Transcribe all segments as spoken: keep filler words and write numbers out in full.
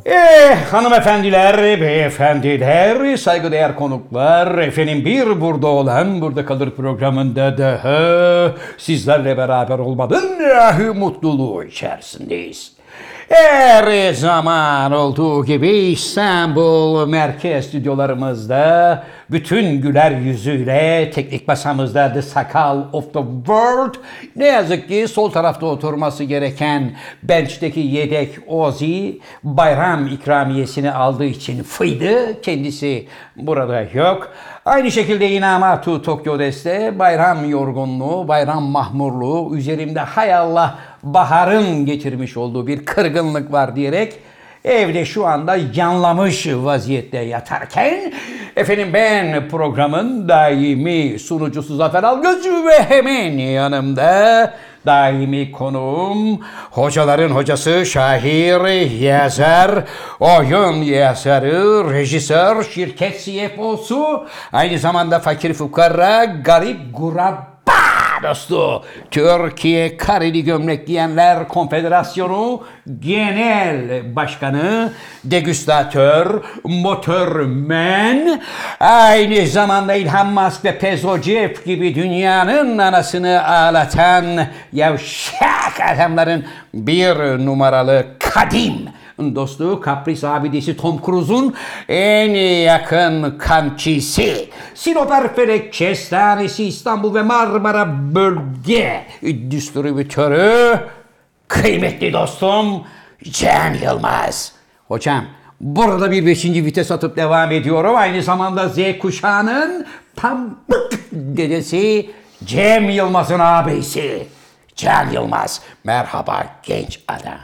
Eh hanımefendiler, beyefendiler, saygıdeğer konuklar, efendim bir burada olan Burada Kalır programında daha sizlerle beraber olmanın mutluluğu içerisindeyiz. Her zaman olduğu gibi İstanbul merkez stüdyolarımızda bütün güler yüzüyle teknik masamızda The Sakal of the World, ne yazık ki sol tarafta oturması gereken bench'teki yedek Ozi bayram ikramiyesini aldığı için fıydı. Kendisi burada yok. Aynı şekilde Inamatu Tokyo Deste bayram yorgunluğu, bayram mahmurluğu, üzerimde hay Allah baharın getirmiş olduğu bir kırgınlık var diyerek evde şu anda yanlamış vaziyette yatarken efendim ben programın daimi sunucusu Zafer Algözcü ve hemen yanımda daimi konuğum, hocaların hocası, şair, yazar, oyun yazarı, rejisör, şirket C F O'su, aynı zamanda fakir fukara, garip gurabba dostu, Türkiye Kareli Gömlek Giyenler Konfederasyonu Genel Başkanı, degüstatör, motormen, aynı zamanda Elon Musk ve Pezocep gibi dünyanın anasını ağlatan yavşak adamların bir numaralı kadim dostu, kapris abidesi Tom Cruise'un en yakın kankisi, Sinop Erfelek Kestanesi İstanbul ve Marmara Bölge Distribütörü, kıymetli dostum Can Yılmaz. Hocam, burada bir beşinci vites atıp devam ediyorum. Aynı zamanda Z kuşağının pamuk dedesi Cem Yılmaz'ın ağabeyisi Can Yılmaz. Merhaba genç adam.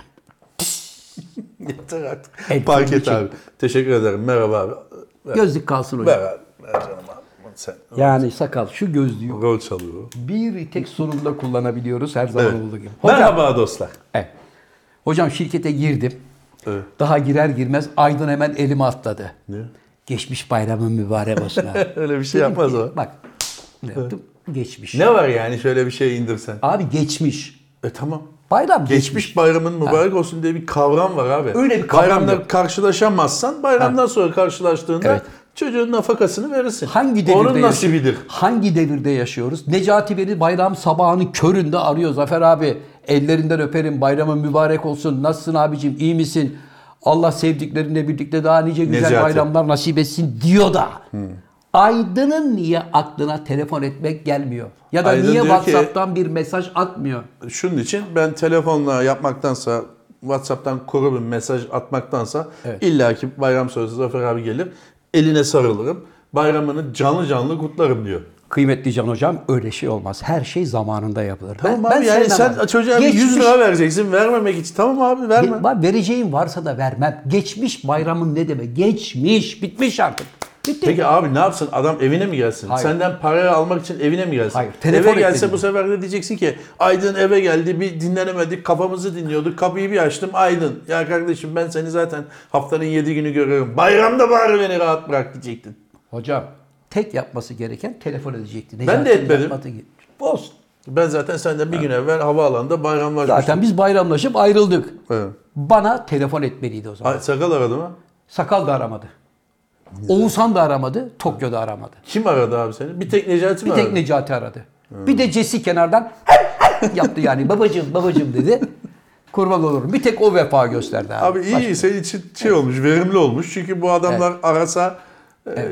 Yeter artık. El Park et için. abi. Teşekkür ederim. Merhaba abi. Ver. Gözlük kalsın hocam. Ver abi. Ver canım abi. Sen. Yani sakal şu gözlüğü Rol çalıyor. bir tek sunumda kullanabiliyoruz her zaman Evet. olduğu gibi. Hocam, Merhaba dostlar. evet. Hocam şirkete girdim. Evet. Daha girer girmez Aydın hemen elime atladı. Ne? Geçmiş bayramın mübarek olsun abi. Öyle bir şey Dedim yapmaz ki, o. Bak ne yaptım? Geçmiş. Ne var yani şöyle bir şey indirsen? Abi geçmiş. E tamam. Bayram geçmiş. Geçmiş bayramın mübarek olsun diye bir kavram var abi. Öyle bir kavram Bayramda yok. karşılaşamazsan bayramdan sonra karşılaştığında Evet. çocuğun nafakasını verirsin. Hangi devirde Onun yaşıyoruz? nasibidir. Hangi devirde yaşıyoruz? Necati beni bayram sabahının köründe arıyor. Zafer abi ellerinden öperim, bayramın mübarek olsun. Nasılsın abicim, iyi misin? Allah sevdiklerinle birlikte daha nice güzel Necati. bayramlar nasip etsin diyor da. Hmm. Aydın'ın niye aklına telefon etmek gelmiyor? Ya da Aydın niye diyor ki- WhatsApp'tan bir mesaj atmıyor? Şunun için ben telefonla yapmaktansa, WhatsApp'tan kuru bir mesaj atmaktansa Evet. illaki bayram sonrası Zafer abi gelir, eline sarılırım, bayramını canlı canlı kutlarım diyor. Kıymetli Can Hocam öyle şey olmaz. Her şey zamanında yapılır. Tamam abi yani sevmem sen abi. çocuğa bir yüz lira vereceksin vermemek için. Tamam abi verme. Ge- var, vereceğim varsa da vermem. Geçmiş bayramın ne demek? Geçmiş, bitmiş artık. Bitti. Peki abi ne yapsın? Adam evine mi gelsin? Hayır. Senden parayı almak için evine mi gelsin? Hayır, telefon Eve gelse etmedi. bu sefer de diyeceksin ki Aydın eve geldi, bir dinlenemedik, kafamızı dinliyorduk, kapıyı bir açtım, Aydın. Ya kardeşim ben seni zaten haftanın yedi günü görüyorum. Bayramda bari beni rahat bırak diyecektin. Hocam tek yapması gereken telefon edecekti. Ben de Necati'nin etmedim. yapmadığı gibi. Olsun. Ben zaten senden bir gün evvel havaalanında bayramlaşmıştım. Zaten biz bayramlaşıp ayrıldık. Evet. Bana telefon etmeliydi o zaman. Ay, sakal aradı mı? Sakal da aramadı. Oğuzhan da aramadı. Tokyo'da aramadı. Kim aradı abi seni? Bir tek Necati mi Bir aradı? tek Necati aradı. Bir de Cesi kenardan yaptı yani. Babacığım babacığım dedi. Kurban olurum. Bir tek o vefa gösterdi abi. Abi iyi Başka- senin için şey olmuş, verimli olmuş. Çünkü bu adamlar arasa Evet.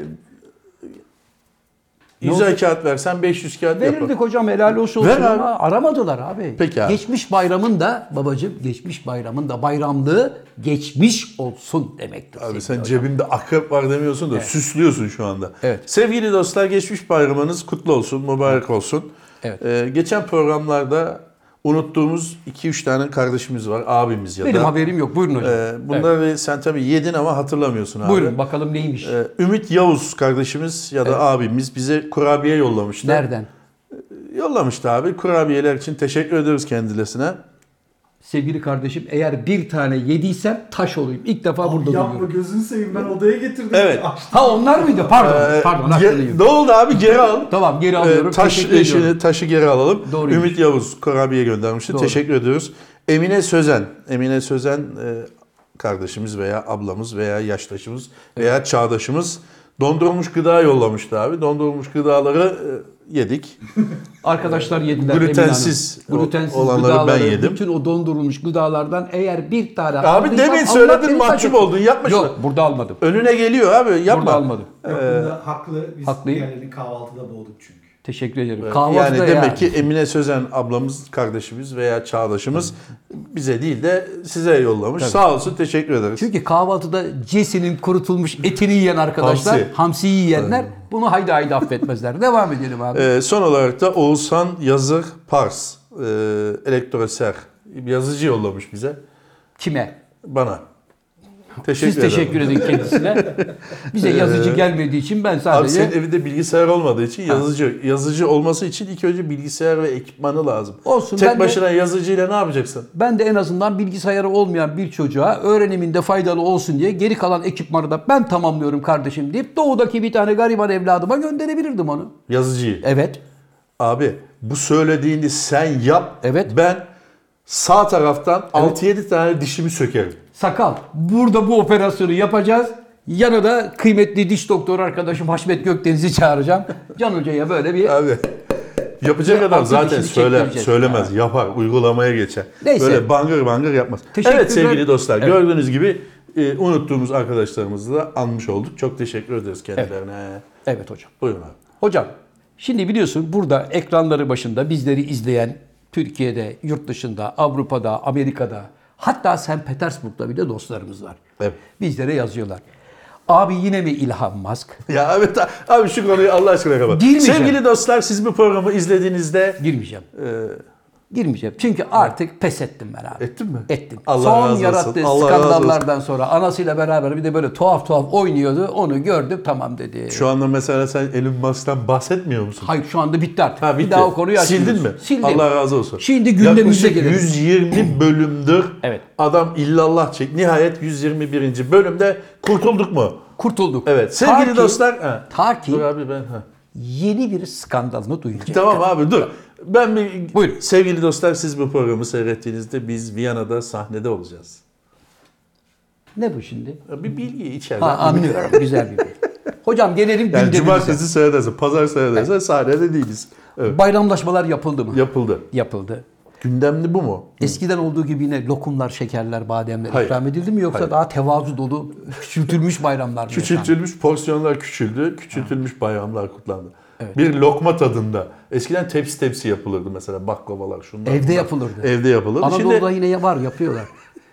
e, yüzer kağıt versen beş yüz kağıt yapar. Verirdik hocam helal olsun Ver olsun abi. ama aramadılar abi. Peki abi. Geçmiş bayramın da babacığım geçmiş bayramın da bayramlığı geçmiş olsun demektir. Abi sevgili sen hocam. cebinde akrep var demiyorsun da süslüyorsun şu anda. Evet. Sevgili dostlar geçmiş bayramınız kutlu olsun, mübarek olsun. Evet. Ee, geçen programlarda unuttuğumuz iki üç tane kardeşimiz var, abimiz ya Benim da. haberim yok. Buyurun hocam. Ee, bunları sen tabii yedin ama hatırlamıyorsun abi. Buyurun bakalım neymiş. Ee, Ümit Yavuz kardeşimiz ya da abimiz bize kurabiye yollamıştı. Nereden? Yollamıştı abi. Kurabiyeler için teşekkür ediyoruz kendisine. Sevgili kardeşim eğer bir tane yediysem taş olayım. İlk defa burada Yapma duyuyorum. gözünü seveyim ben odaya getirdim. Evet. Ha onlar mıydı? Pardon. Ee, Pardon. ge- haklıyım. ne oldu abi geri al. Tamam geri alıyorum. Ee, taş Teşekkür ediyorum. eşini, taşı geri alalım. Doğruymuş. Ümit Yavuz kurabiye göndermişti. Doğru. Teşekkür ediyoruz. Emine Sözen. Emine Sözen e, kardeşimiz veya ablamız veya yaştaşımız veya çağdaşımız dondurulmuş gıda yollamıştı abi. Dondurulmuş gıdaları e, yedik. Arkadaşlar yediler. Glutensiz Emine Hanım. Glutensiz olanları gıdaları, ben yedim. Bütün o dondurulmuş gıdalardan eğer bir tane Abi aldıysam demin Allah söyledin, beni mahcup affetsin. oldun, yapma şunu. Yok, burada almadım. Önüne geliyor abi, yapma. Burada almadım. Yok, bunda haklı. Biz Haklıyım. diğerlerini kahvaltıda boğduk çünkü. Teşekkür ederim. Yani Kahvaltıda demek ya. ki Emine Sözen ablamız, kardeşimiz veya çağdaşımız bize değil de size yollamış. Tabii. Sağ olsun, teşekkür ederiz. Çünkü kahvaltıda Jesse'nin kurutulmuş etini yiyen arkadaşlar, Hamsi. hamsiyi yiyenler bunu haydi haydi affetmezler. Devam edelim abi. Ee, son olarak da Oğuzhan Yazır Pars, e, Elektroser yazıcı yollamış bize. Kime? Bana. Teşekkür Siz ederim. teşekkür edin kendisine. Bize yazıcı gelmediği için ben Abi sadece... senin evinde bilgisayar olmadığı için yazıcı yazıcı olması için ilk önce bilgisayar ve ekipmanı lazım. Olsun, Tek ben de- başına yazıcıyla ne yapacaksın? Ben de en azından bilgisayarı olmayan bir çocuğa öğreniminde faydalı olsun diye geri kalan ekipmanı da ben tamamlıyorum kardeşim deyip doğudaki bir tane gariban evladıma gönderebilirdim onu. Yazıcıyı. Evet. Abi bu söylediğini sen yap. Evet. Ben sağ taraftan altı yedi tane dişimi sökerim. Sakal. Burada bu operasyonu yapacağız. Yanında kıymetli diş doktoru arkadaşım Haşmet Gökdeniz'i çağıracağım. Can Hoca'ya böyle bir... Abi yapacak Bir adam altı zaten dişini söyler, çektireceğiz. söylemez, yapar, uygulamaya geçer. Neyse. Böyle bangır bangır yapmaz. Teşekkürler. Evet sevgili dostlar, Evet. gördüğünüz gibi e, unuttuğumuz arkadaşlarımızı da anmış olduk. Çok teşekkür ederiz kendilerine. Evet hocam. Buyurun abi. Hocam, şimdi biliyorsun burada ekranları başında bizleri izleyen Türkiye'de, yurt dışında, Avrupa'da, Amerika'da, hatta Saint Petersburg'da bile dostlarımız var. Evet. Bizlere yazıyorlar. Abi yine mi Elon Musk? Ya evet abi şu konuyu Allah aşkına kapat. Girmeyeceğim. Sevgili dostlar, siz bu programı izlediğinizde Girmeyeceğim. e, Girmeyeceğim. Çünkü artık pes ettim ben abi. Ettin mi? Ettim. Allah Son razı olsun. yarattığı Allah razı skandallardan sonra anasıyla beraber bir de böyle tuhaf tuhaf oynuyordu. Onu gördüm, tamam dedi. şu anda mesela sen Elon Musk'tan bahsetmiyor musun? Hayır, şu anda bitti artık. Ha, bitti. Bir daha o konuyu açmıyoruz. Sildin mi? Sildim. Allah razı olsun. Şimdi gündemimize Yaklaşık gelelim. yüz yirmi bölümdür Evet. adam illallah çek. Nihayet yüz yirmi birinci bölümde kurtulduk mu? Kurtulduk. Evet. Sevgili Ta ki- dostlar. Ha. Ta ki Dur abi ben. Ha. yeni bir skandalını duyunca. Tamam abi dur. Ben bir, Buyurun. sevgili dostlar, siz bu programı seyrettiğinizde biz Viyana'da sahnede olacağız. Ne bu şimdi? Bir bilgi içeride. Ha, anlıyorum. Güzel bir bilgi. Hocam gelelim Yani gündemimize. cumartesi seyrederse, pazar seyrederse sahnede değiliz. Evet. Bayramlaşmalar yapıldı mı? Yapıldı. Yapıldı. Gündemli bu mu? Eskiden olduğu gibi yine lokumlar, şekerler, bademler Hayır. ikram edildi mi yoksa Hayır. daha tevazu dolu, küçültülmüş bayramlar mı? yaşandı? Küçültülmüş porsiyonlar küçüldü, küçültülmüş bayramlar kutlandı. Bir lokma tadında. Eskiden tepsi tepsi yapılırdı mesela baklavalar şunlar. Evde bunlar. yapılırdı. Evde yapılırdı. Anadolu'da Şimdi yine var, yapıyorlar.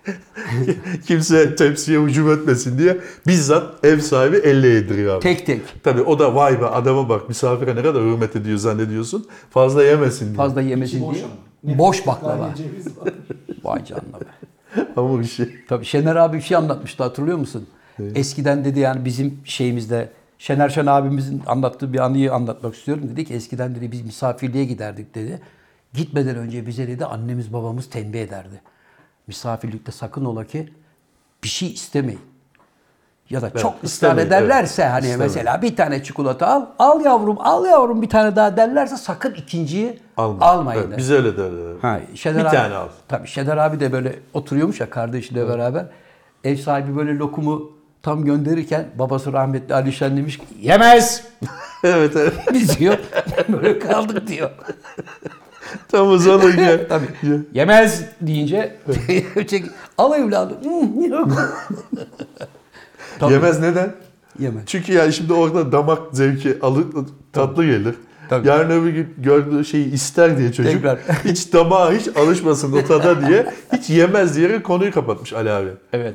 kimse tepsiye hücum etmesin diye bizzat ev sahibi elle yediriyor abi. Tek tek. Tabii o da vay be adama bak misafire ne kadar hürmet ediyor zannediyorsun. Fazla yemesin diye. Fazla yemesin Boş diye. ama. Boş baklava. Tane ceviz var. Vay canına be. Hamur işi. Tabii Şener abi bir şey anlatmıştı, hatırlıyor musun? Eskiden dedi, yani bizim şeyimizde Şener Şen abimizin anlattığı bir anıyı anlatmak istiyorum. Dedi ki eskiden dedi biz misafirliğe giderdik dedi. Gitmeden önce bize dedi annemiz babamız tembih ederdi. Misafirlikte sakın ola ki bir şey istemeyin. Ya da çok ısrar istemeyin, ederlerse evet. hani İstemeyin. mesela bir tane çikolata al, al yavrum, al yavrum bir tane daha derlerse sakın ikinciyi Alma. almayın. Evet, dedi. biz öyle derler. Ha, Şener Bir abi, tane al. Tabii Şener abi de böyle oturuyormuş ya kardeşiyle beraber. Ev sahibi böyle lokumu tam gönderirken babası rahmetli Alişan demiş ki yemez. Evet evet. Biz diyor böyle kaldık diyor. Tam o zaman gel. Tabii. Yemez deyince öteki al evladım. "Hı, yok." Tabii. Yemez neden? Yemez. Çünkü yani şimdi orada damak zevki alı, tatlı gelir. Tabii. Yarın öbür gün gördüğü şeyi ister diye çocuk Tekrar. hiç damağa hiç alışmasın o tada diye hiç yemez diyerek konuyu kapatmış Ali abi. Evet.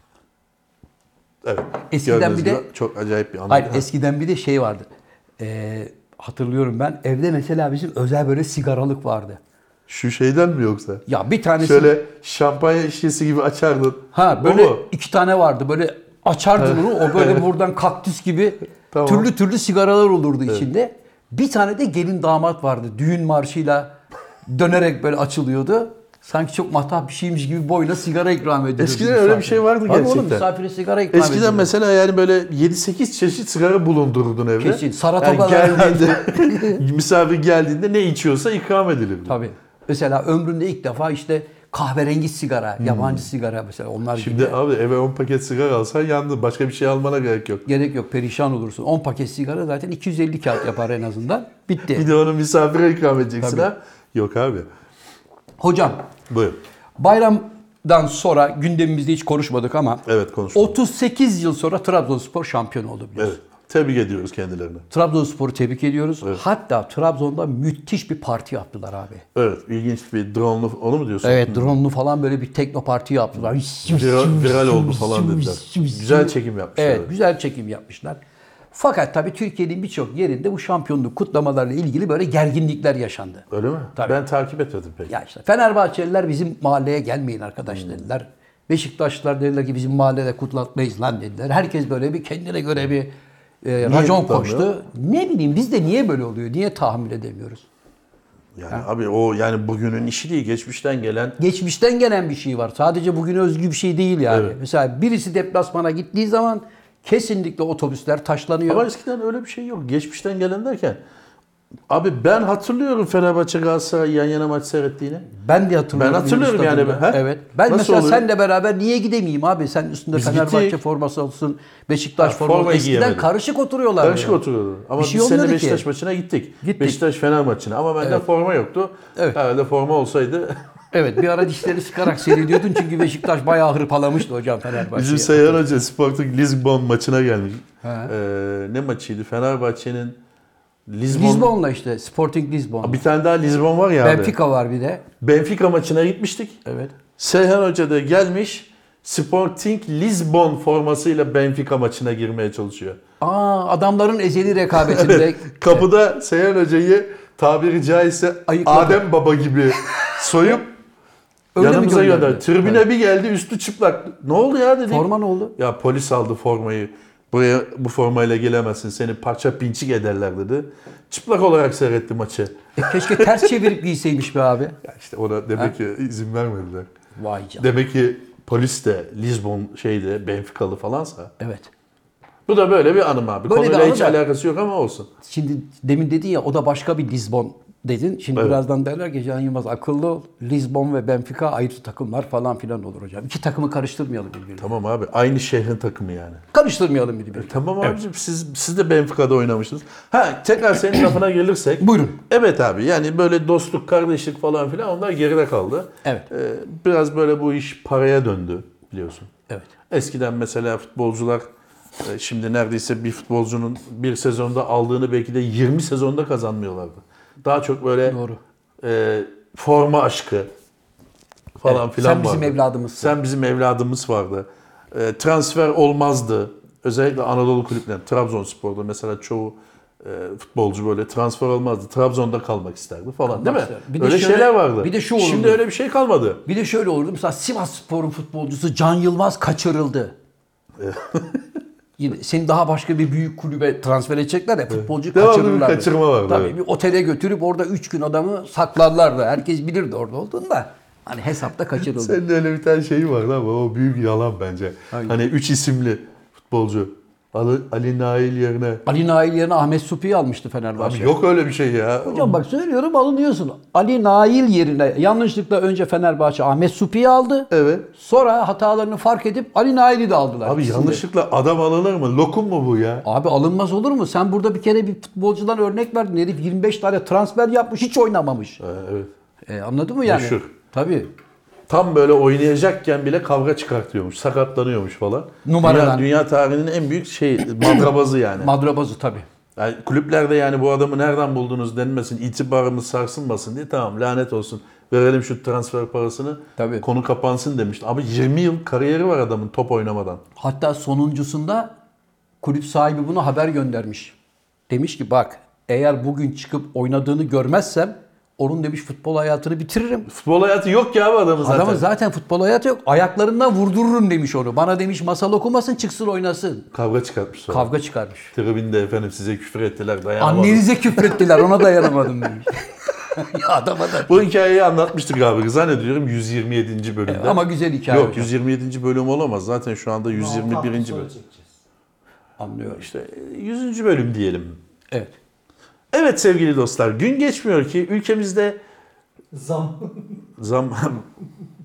Evet. Eskiden Gördüğünüz bir de- gibi çok acayip bir anı. Hayır, Ha. eskiden bir de şey vardı. Ee, hatırlıyorum ben. Evde mesela bizim özel böyle sigaralık vardı. Şu şeyden mi yoksa? Ya bir tanesi Şöyle şampanya şişesi gibi açardın. Ha O böyle mu? iki tane vardı. Böyle açardın onu. O böyle buradan kaktüs gibi Tamam. türlü türlü sigaralar olurdu içinde. Bir tane de gelin damat vardı. Düğün marşıyla dönerek böyle açılıyordu. Sanki çok mahtap bir şeymiş gibi boyuna sigara ikram ediliyordu. Eskiden öyle bir şey vardı Abi oğlum gerçekten. misafire sigara ikram Eskiden ediliyordu. mesela yani böyle yedi sekiz çeşit sigara bulundururdun evde. Kesin. Saratogalar. Yani geldiğinde, misafir geldiğinde ne içiyorsa ikram edilirdi. Tabii. Mesela ömründe ilk defa işte kahverengi sigara, yabancı sigara mesela onlar Şimdi gibi. abi eve on paket sigara alsan yandın. Başka bir şey almana gerek yok. Gerek yok, perişan olursun. on paket sigara zaten iki yüz elli kağıt yapar en azından. Bitti. Bir de onu misafire ikram edeceksin Tabii. ha. Yok abi. Hocam, Buyur. bayramdan sonra gündemimizde hiç konuşmadık ama Evet konuşalım. otuz sekiz yıl sonra Trabzonspor şampiyon oldu biliyorsun. Evet. Tebrik ediyoruz kendilerini. Trabzonspor'u tebrik ediyoruz. Evet. Hatta Trabzon'da müthiş bir parti yaptılar abi. Evet. ilginç bir drone'lu onu mu diyorsun? Evet, drone'lu falan böyle bir tekno parti yaptılar. Viral, viral oldu falan dediler. Güzel çekim yapmışlar. Evet, güzel çekim yapmışlar. Fakat tabii Türkiye'nin birçok yerinde bu şampiyonluk kutlamalarla ilgili böyle gerginlikler yaşandı. Öyle mi? Tabii. Ben takip etmedim pek. Ya işte Fenerbahçeliler bizim mahalleye gelmeyin arkadaş dediler. Beşiktaşlılar dediler ki bizim mahallede kutlatmayız lan dediler. Herkes böyle bir kendine göre bir e, racon kutlamıyor? koştu. Ne bileyim bizde niye böyle oluyor? Niye tahammül edemiyoruz? Yani abi o yani bugünün işi değil. Geçmişten gelen Geçmişten gelen bir şey var. Sadece bugüne özgü bir şey değil yani. Evet. Mesela birisi deplasmana gittiği zaman kesinlikle otobüsler taşlanıyor. ama eskiden öyle bir şey yok. Geçmişten gelen derken abi ben hatırlıyorum Fenerbahçe Galatasaray yan yana maç seyrettiğini. Ben de hatırlıyorum. Ben hatırlıyorum Yunus yani. stadında. He? Evet. Ben Nasıl mesela oluyor? senle beraber niye gidemeyeyim abi? Sen üstünde Biz Fenerbahçe gittik. forması olsun, Beşiktaş Ha, forması. formayı Eskiden giyemedim. karışık oturuyorlar. Karışık böyle. oturuyordu. Ama Bir şey biz seninle olmadı ki. Beşiktaş maçına gittik. Gittik. Beşiktaş Fener maçına. Ama bende Evet. forma yoktu. Evet. Herhalde forma olsaydı Evet, bir ara dişleri sıkarak seyrediyordun çünkü Beşiktaş bayağı hırpalamıştı hocam Fenerbahçe'yi. bizim Seyhan Hoca Sporting Lisbon maçına gelmiş. He. Ee, ne maçıydı? Fenerbahçe'nin Lisbon. Lisbon'la işte, Sporting Lisbon. Bir tane daha Lisbon var ya abi. Benfica var bir de. Benfica maçına gitmiştik. Evet. Seyhan Hoca da gelmiş Sporting Lisbon formasıyla Benfica maçına girmeye çalışıyor. Aa, adamların ezeli rekabetinde. Kapıda Seyhan Hoca'yı tabiri caizse Ayıkladı. Adem Baba gibi soyup Öyle mi yanımıza gönderdi? gönderdi. Tribüne Evet. bir geldi üstü çıplak. Ne oldu ya dedik. Forma ne oldu? Ya polis aldı formayı. Buraya bu formayla gelemezsin. Seni parça pinçik ederler dedi. Çıplak olarak seyretti maçı. E, keşke ters çevirip giyseymiş be abi. Ya işte ona demek ki izin vermediler. Vay canına. Demek ki polis de Lisbon şeyde Benfica'lı falansa. Evet. Bu da böyle bir anım abi. Böyle bir Konuyla anı hiç da- alakası yok ama olsun. Şimdi demin dedin ya o da başka bir Lisbon dedin. Şimdi Evet. birazdan derler ki Can Yılmaz akıllı ol. Lisbon ve Benfica ayrı takımlar falan filan olur hocam. İki takımı karıştırmayalım birbirine. Tamam abi. Aynı şehrin takımı yani. Karıştırmayalım birbirine. Tamam abicim siz siz de Benfica'da oynamışsınız. Ha tekrar senin lafına gelirsek. Buyurun. Evet abi yani böyle dostluk, kardeşlik falan filan onlar geride kaldı. Evet. Ee, biraz böyle bu iş paraya döndü biliyorsun. Evet. Eskiden mesela futbolcular e, şimdi neredeyse bir futbolcunun bir sezonda aldığını belki de yirmi sezonda kazanmıyorlardı. Daha çok böyle Doğru. e, forma aşkı falan Evet, filan sen bizim vardı. evladımızsın. Sen bizim evladımız vardı. E, transfer olmazdı. Özellikle Anadolu kulüplerinde, Trabzonspor'da mesela çoğu e, futbolcu böyle transfer olmazdı. Trabzon'da kalmak isterdi falan Kalmak değil mi? isterdi. Bir de öyle şöyle- şeyler vardı. bir de şu olurdu. Şimdi öyle bir şey kalmadı. Bir de şöyle olurdu. Mesela Sivasspor'un futbolcusu Can Yılmaz kaçırıldı. Yine seni daha başka bir büyük kulübe transfer edecekler ya futbolcu Devamlı bir kaçırırlardı. kaçırma vardı, Tabii evet. bir otele götürüp orada üç gün adamı saklarlardı. Herkes bilirdi orada olduğunu da. Hani hesapta kaçırıldı. Senin de öyle bir tane şeyi vardı ama o büyük yalan bence. Hangi? Hani üç isimli futbolcu. Ali, Ali Nail yerine. Ali Nail yerine Ahmet Supi'yi almıştı Fenerbahçe. Abi yok öyle bir şey ya. Hocam bak söylüyorum alınıyorsun. Ali Nail yerine yanlışlıkla önce Fenerbahçe Ahmet Supi'yi aldı. Evet. Sonra hatalarını fark edip Ali Nail'i de aldılar. Abi İkisini de. yanlışlıkla adam alınır mı? Lokum mu bu ya? Abi alınmaz olur mu? Sen burada bir kere bir futbolcudan örnek verdin. Herif yirmi beş tane transfer yapmış hiç oynamamış. Ee, evet. E, anladın mı yani? Meşhur. Tabii. Tam böyle oynayacakken bile kavga çıkartıyormuş, sakatlanıyormuş falan. Numaradan. Dünya, dünya tarihinin en büyük şey madrabazı yani. Madrabazı tabii. Yani kulüplerde yani bu adamı nereden buldunuz denmesin, itibarımız sarsılmasın diye tamam lanet olsun. Verelim şu transfer parasını. Tabii. Konu kapansın demişti. Abi yirmi yıl kariyeri var adamın top oynamadan. Hatta sonuncusunda kulüp sahibi buna haber göndermiş. Demiş ki bak eğer bugün çıkıp oynadığını görmezsem onun demiş futbol hayatını bitiririm. Futbol hayatı yok ya abi adamın zaten. Adamın zaten futbol hayatı yok. Ayaklarından vurdururum demiş onu. Bana demiş masal okumasın çıksın oynasın. Kavga çıkartmış sonra. Kavga çıkarmış. Tribünde efendim size küfür ettiler dayanamadım. Annenize küfrettiler ona dayanamadım demiş. Ya adama da. Bu hikayeyi anlatmıştık abi. Zannediyorum yüz yirmi yedinci bölümde. Evet, ama güzel hikaye Yok hocam. yüz yirmi yedinci bölüm olamaz. Zaten şu anda yüz yirmi Altı birinci hafta bölüm. sonra çekeceğiz. Anlıyorum. İşte yüzüncü bölüm diyelim. Evet. Evet sevgili dostlar gün geçmiyor ki ülkemizde Zam. zam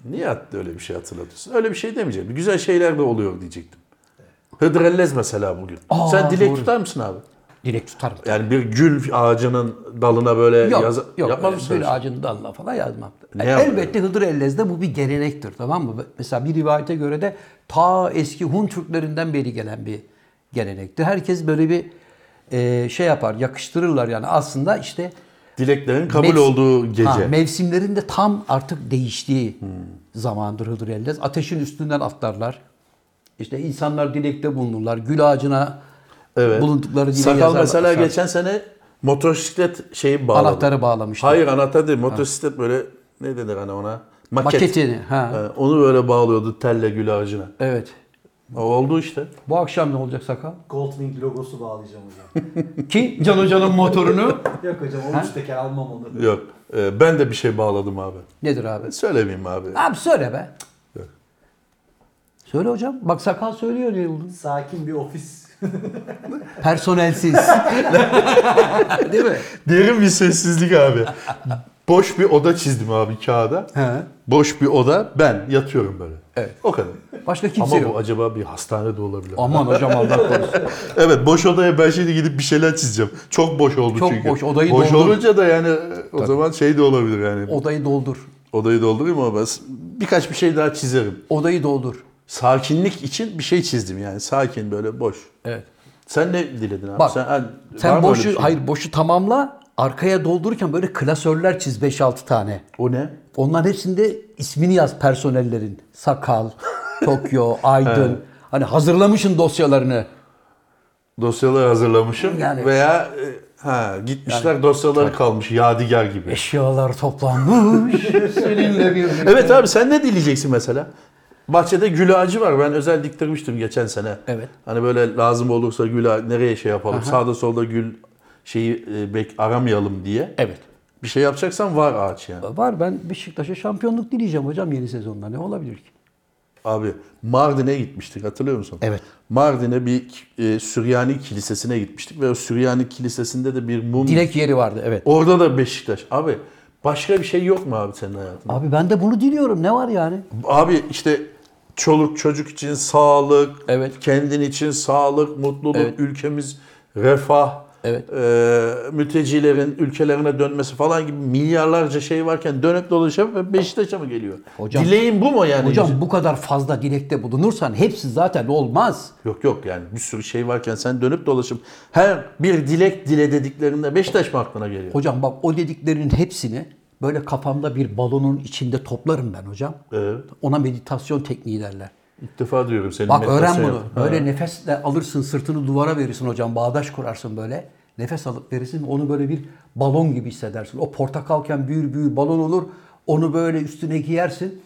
Niye attı öyle bir şey hatırlatıyorsun? Öyle bir şey demeyeceğim. Güzel şeyler de oluyor diyecektim. Hıdrellez mesela bugün. Aa, Sen dilek doğru. tutar mısın abi? Direkt tutarım. Yani bir gül ağacının dalına böyle Yok, yaz yok. yapmaz mısın? öyle Gül şey? ağacının dalına falan yazmam. Ne Yani yapıyor? elbette Hıdır Ellez'de bu bir gelenektir, tamam mı? Mesela bir rivayete göre de ta eski Hun Türklerinden beri gelen bir gelenektir. Herkes böyle bir e, şey yapar, yakıştırırlar yani. Aslında işte Dileklerin kabul mevs- olduğu gece. Ha, mevsimlerin de tam artık değiştiği zamandır Hıdır Ellez. Ateşin üstünden atlarlar. İşte insanlar dilekte bulunurlar. Gül ağacına Evet. bulundukları dileği Sakal yazarlar. mesela Aşağı- geçen sene motosiklet şeyi bağladı. Anahtarı bağlamıştı. Hayır anahtar değil. Motosiklet böyle ne denir hani ona? Maket. Maketini. Ha. Ee, onu böyle bağlıyordu telle gül ağacına. Evet. O oldu işte. Bu akşam ne olacak Sakal? Goldwing logosu bağlayacağım hocam. Ki Can Hoca'nın motorunu... Yok hocam on üç teker almam onu. Yok. Ee, ben de bir şey bağladım abi. Nedir abi? Söylemeyeyim abi. Abi söyle be. Yok. Söyle hocam. Bak Sakal söylüyor ne oldu? Sakin bir ofis. Personelsiz. Değil mi? Derin bir sessizlik abi. Boş bir oda çizdim abi kağıda. He. Boş bir oda. Ben yatıyorum böyle. Evet. O kadar. Başka kimse Ama yok. bu acaba bir hastane de olabilir. Aman hocam Allah korusun. Evet boş odaya ben şimdi gidip bir şeyler çizeceğim. Çok boş oldu Çok çünkü. boş, odayı boş doldur. olunca da yani o zaman şey de olabilir yani. Odayı doldur. Odayı doldurayım ama ben birkaç bir şey daha çizerim. Odayı doldur. Sakinlik için bir şey çizdim yani. Sakin böyle boş. Evet. Sen ne diledin abi? Bak, sen, ha, var Sen mı öyle boşu, bir şey? hayır boşu tamamla. Arkaya doldururken böyle klasörler çiz beş altı tane. O ne? Onların hepsinde ismini yaz personellerin. Sakal, Tokyo, Aydın. Hani hazırlamışsın dosyalarını. Dosyaları hazırlamışım Yani- veya e, ha gitmişler dosyaları kalmış yadigar gibi. Eşyalar toplanmış seninle birlikte. Evet abi sen ne dileyeceksin mesela? Bahçede gül ağacı var. Ben özel diktirmiştim geçen sene. Evet. Hani böyle lazım olursa gül ağacı nereye şey yapalım? Sağda solda gül şeyi e, bek aramayalım diye. Evet. Bir şey yapacaksan var ağaç yani. Var, ben Beşiktaş'a şampiyonluk dileyeceğim hocam yeni sezonda. Ne olabilir ki? Abi Mardin'e gitmiştik hatırlıyor musun? Evet. Mardin'e bir e, Süryani kilisesine gitmiştik ve o Süryani kilisesinde de bir mum. Dilek yeri vardı, evet. Orada da Beşiktaş. Abi başka bir şey yok mu abi senin hayatında? Abi ben de bunu diliyorum. Ne var yani? Abi işte çoluk çocuk için sağlık, Evet. kendin için sağlık, mutluluk, Evet. ülkemiz refah, Evet. e, mültecilerin ülkelerine dönmesi falan gibi milyarlarca şey varken dönüp dolaşıp Beşiktaş'a mı geliyor? Hocam- Dileğin bu mu yani? Hocam bu kadar fazla dilekte bulunursan hepsi zaten olmaz. Yok yok yani bir sürü şey varken sen dönüp dolaşıp her bir dilek dile dediklerinde Beşiktaş mı aklına geliyor? Hocam bak o dediklerinin hepsini böyle kafamda bir balonun içinde toplarım ben hocam. Evet. Ona meditasyon tekniği derler. İlk defa duyuyorum senin Bak öğren meditasyon bunu. yap- Böyle Ha. nefesle alırsın, sırtını duvara verirsin hocam. Bağdaş kurarsın böyle. Nefes alıp verirsin. Onu böyle bir balon gibi hissedersin. O portakalken büyür büyür balon olur. Onu böyle üstüne giyersin.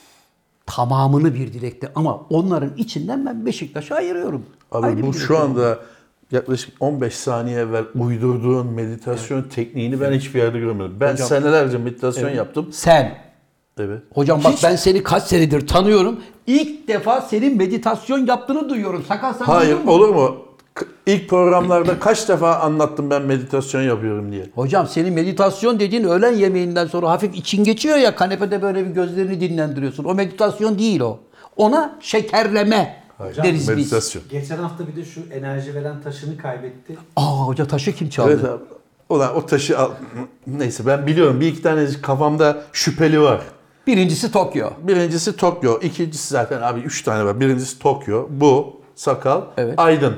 Tamamını bir dilekte. Ama onların içinden ben Beşiktaş'a ayırıyorum. Abi Ayrı bu bir şu dilek. anda yaklaşık on beş saniye evvel uydurduğun meditasyon tekniğini ben hiçbir yerde görmedim. Ben Hocam- senelerce meditasyon yaptım. Sen. Evet. Hocam bak Hiç- ben seni kaç senedir tanıyorum. İlk defa senin meditasyon yaptığını duyuyorum. Sakal sen Hayır duydun mu? olur mu? K- İlk programlarda kaç defa anlattım ben meditasyon yapıyorum diye. Hocam senin meditasyon dediğin öğlen yemeğinden sonra hafif için geçiyor ya, kanepede böyle bir gözlerini dinlendiriyorsun. O meditasyon değil o. Ona şekerleme Hayır, deriz biz. meditasyon. Geçen hafta bir de şu enerji veren taşını kaybetti. Aa hoca taşı kim çaldı? Evet abi. Ulan o taşı al. Neyse ben biliyorum bir iki tane kafamda şüpheli var. Birincisi Tokyo. Birincisi Tokyo. İkincisi zaten abi üç tane var. Birincisi Tokyo. Bu sakal. Evet. Aydın.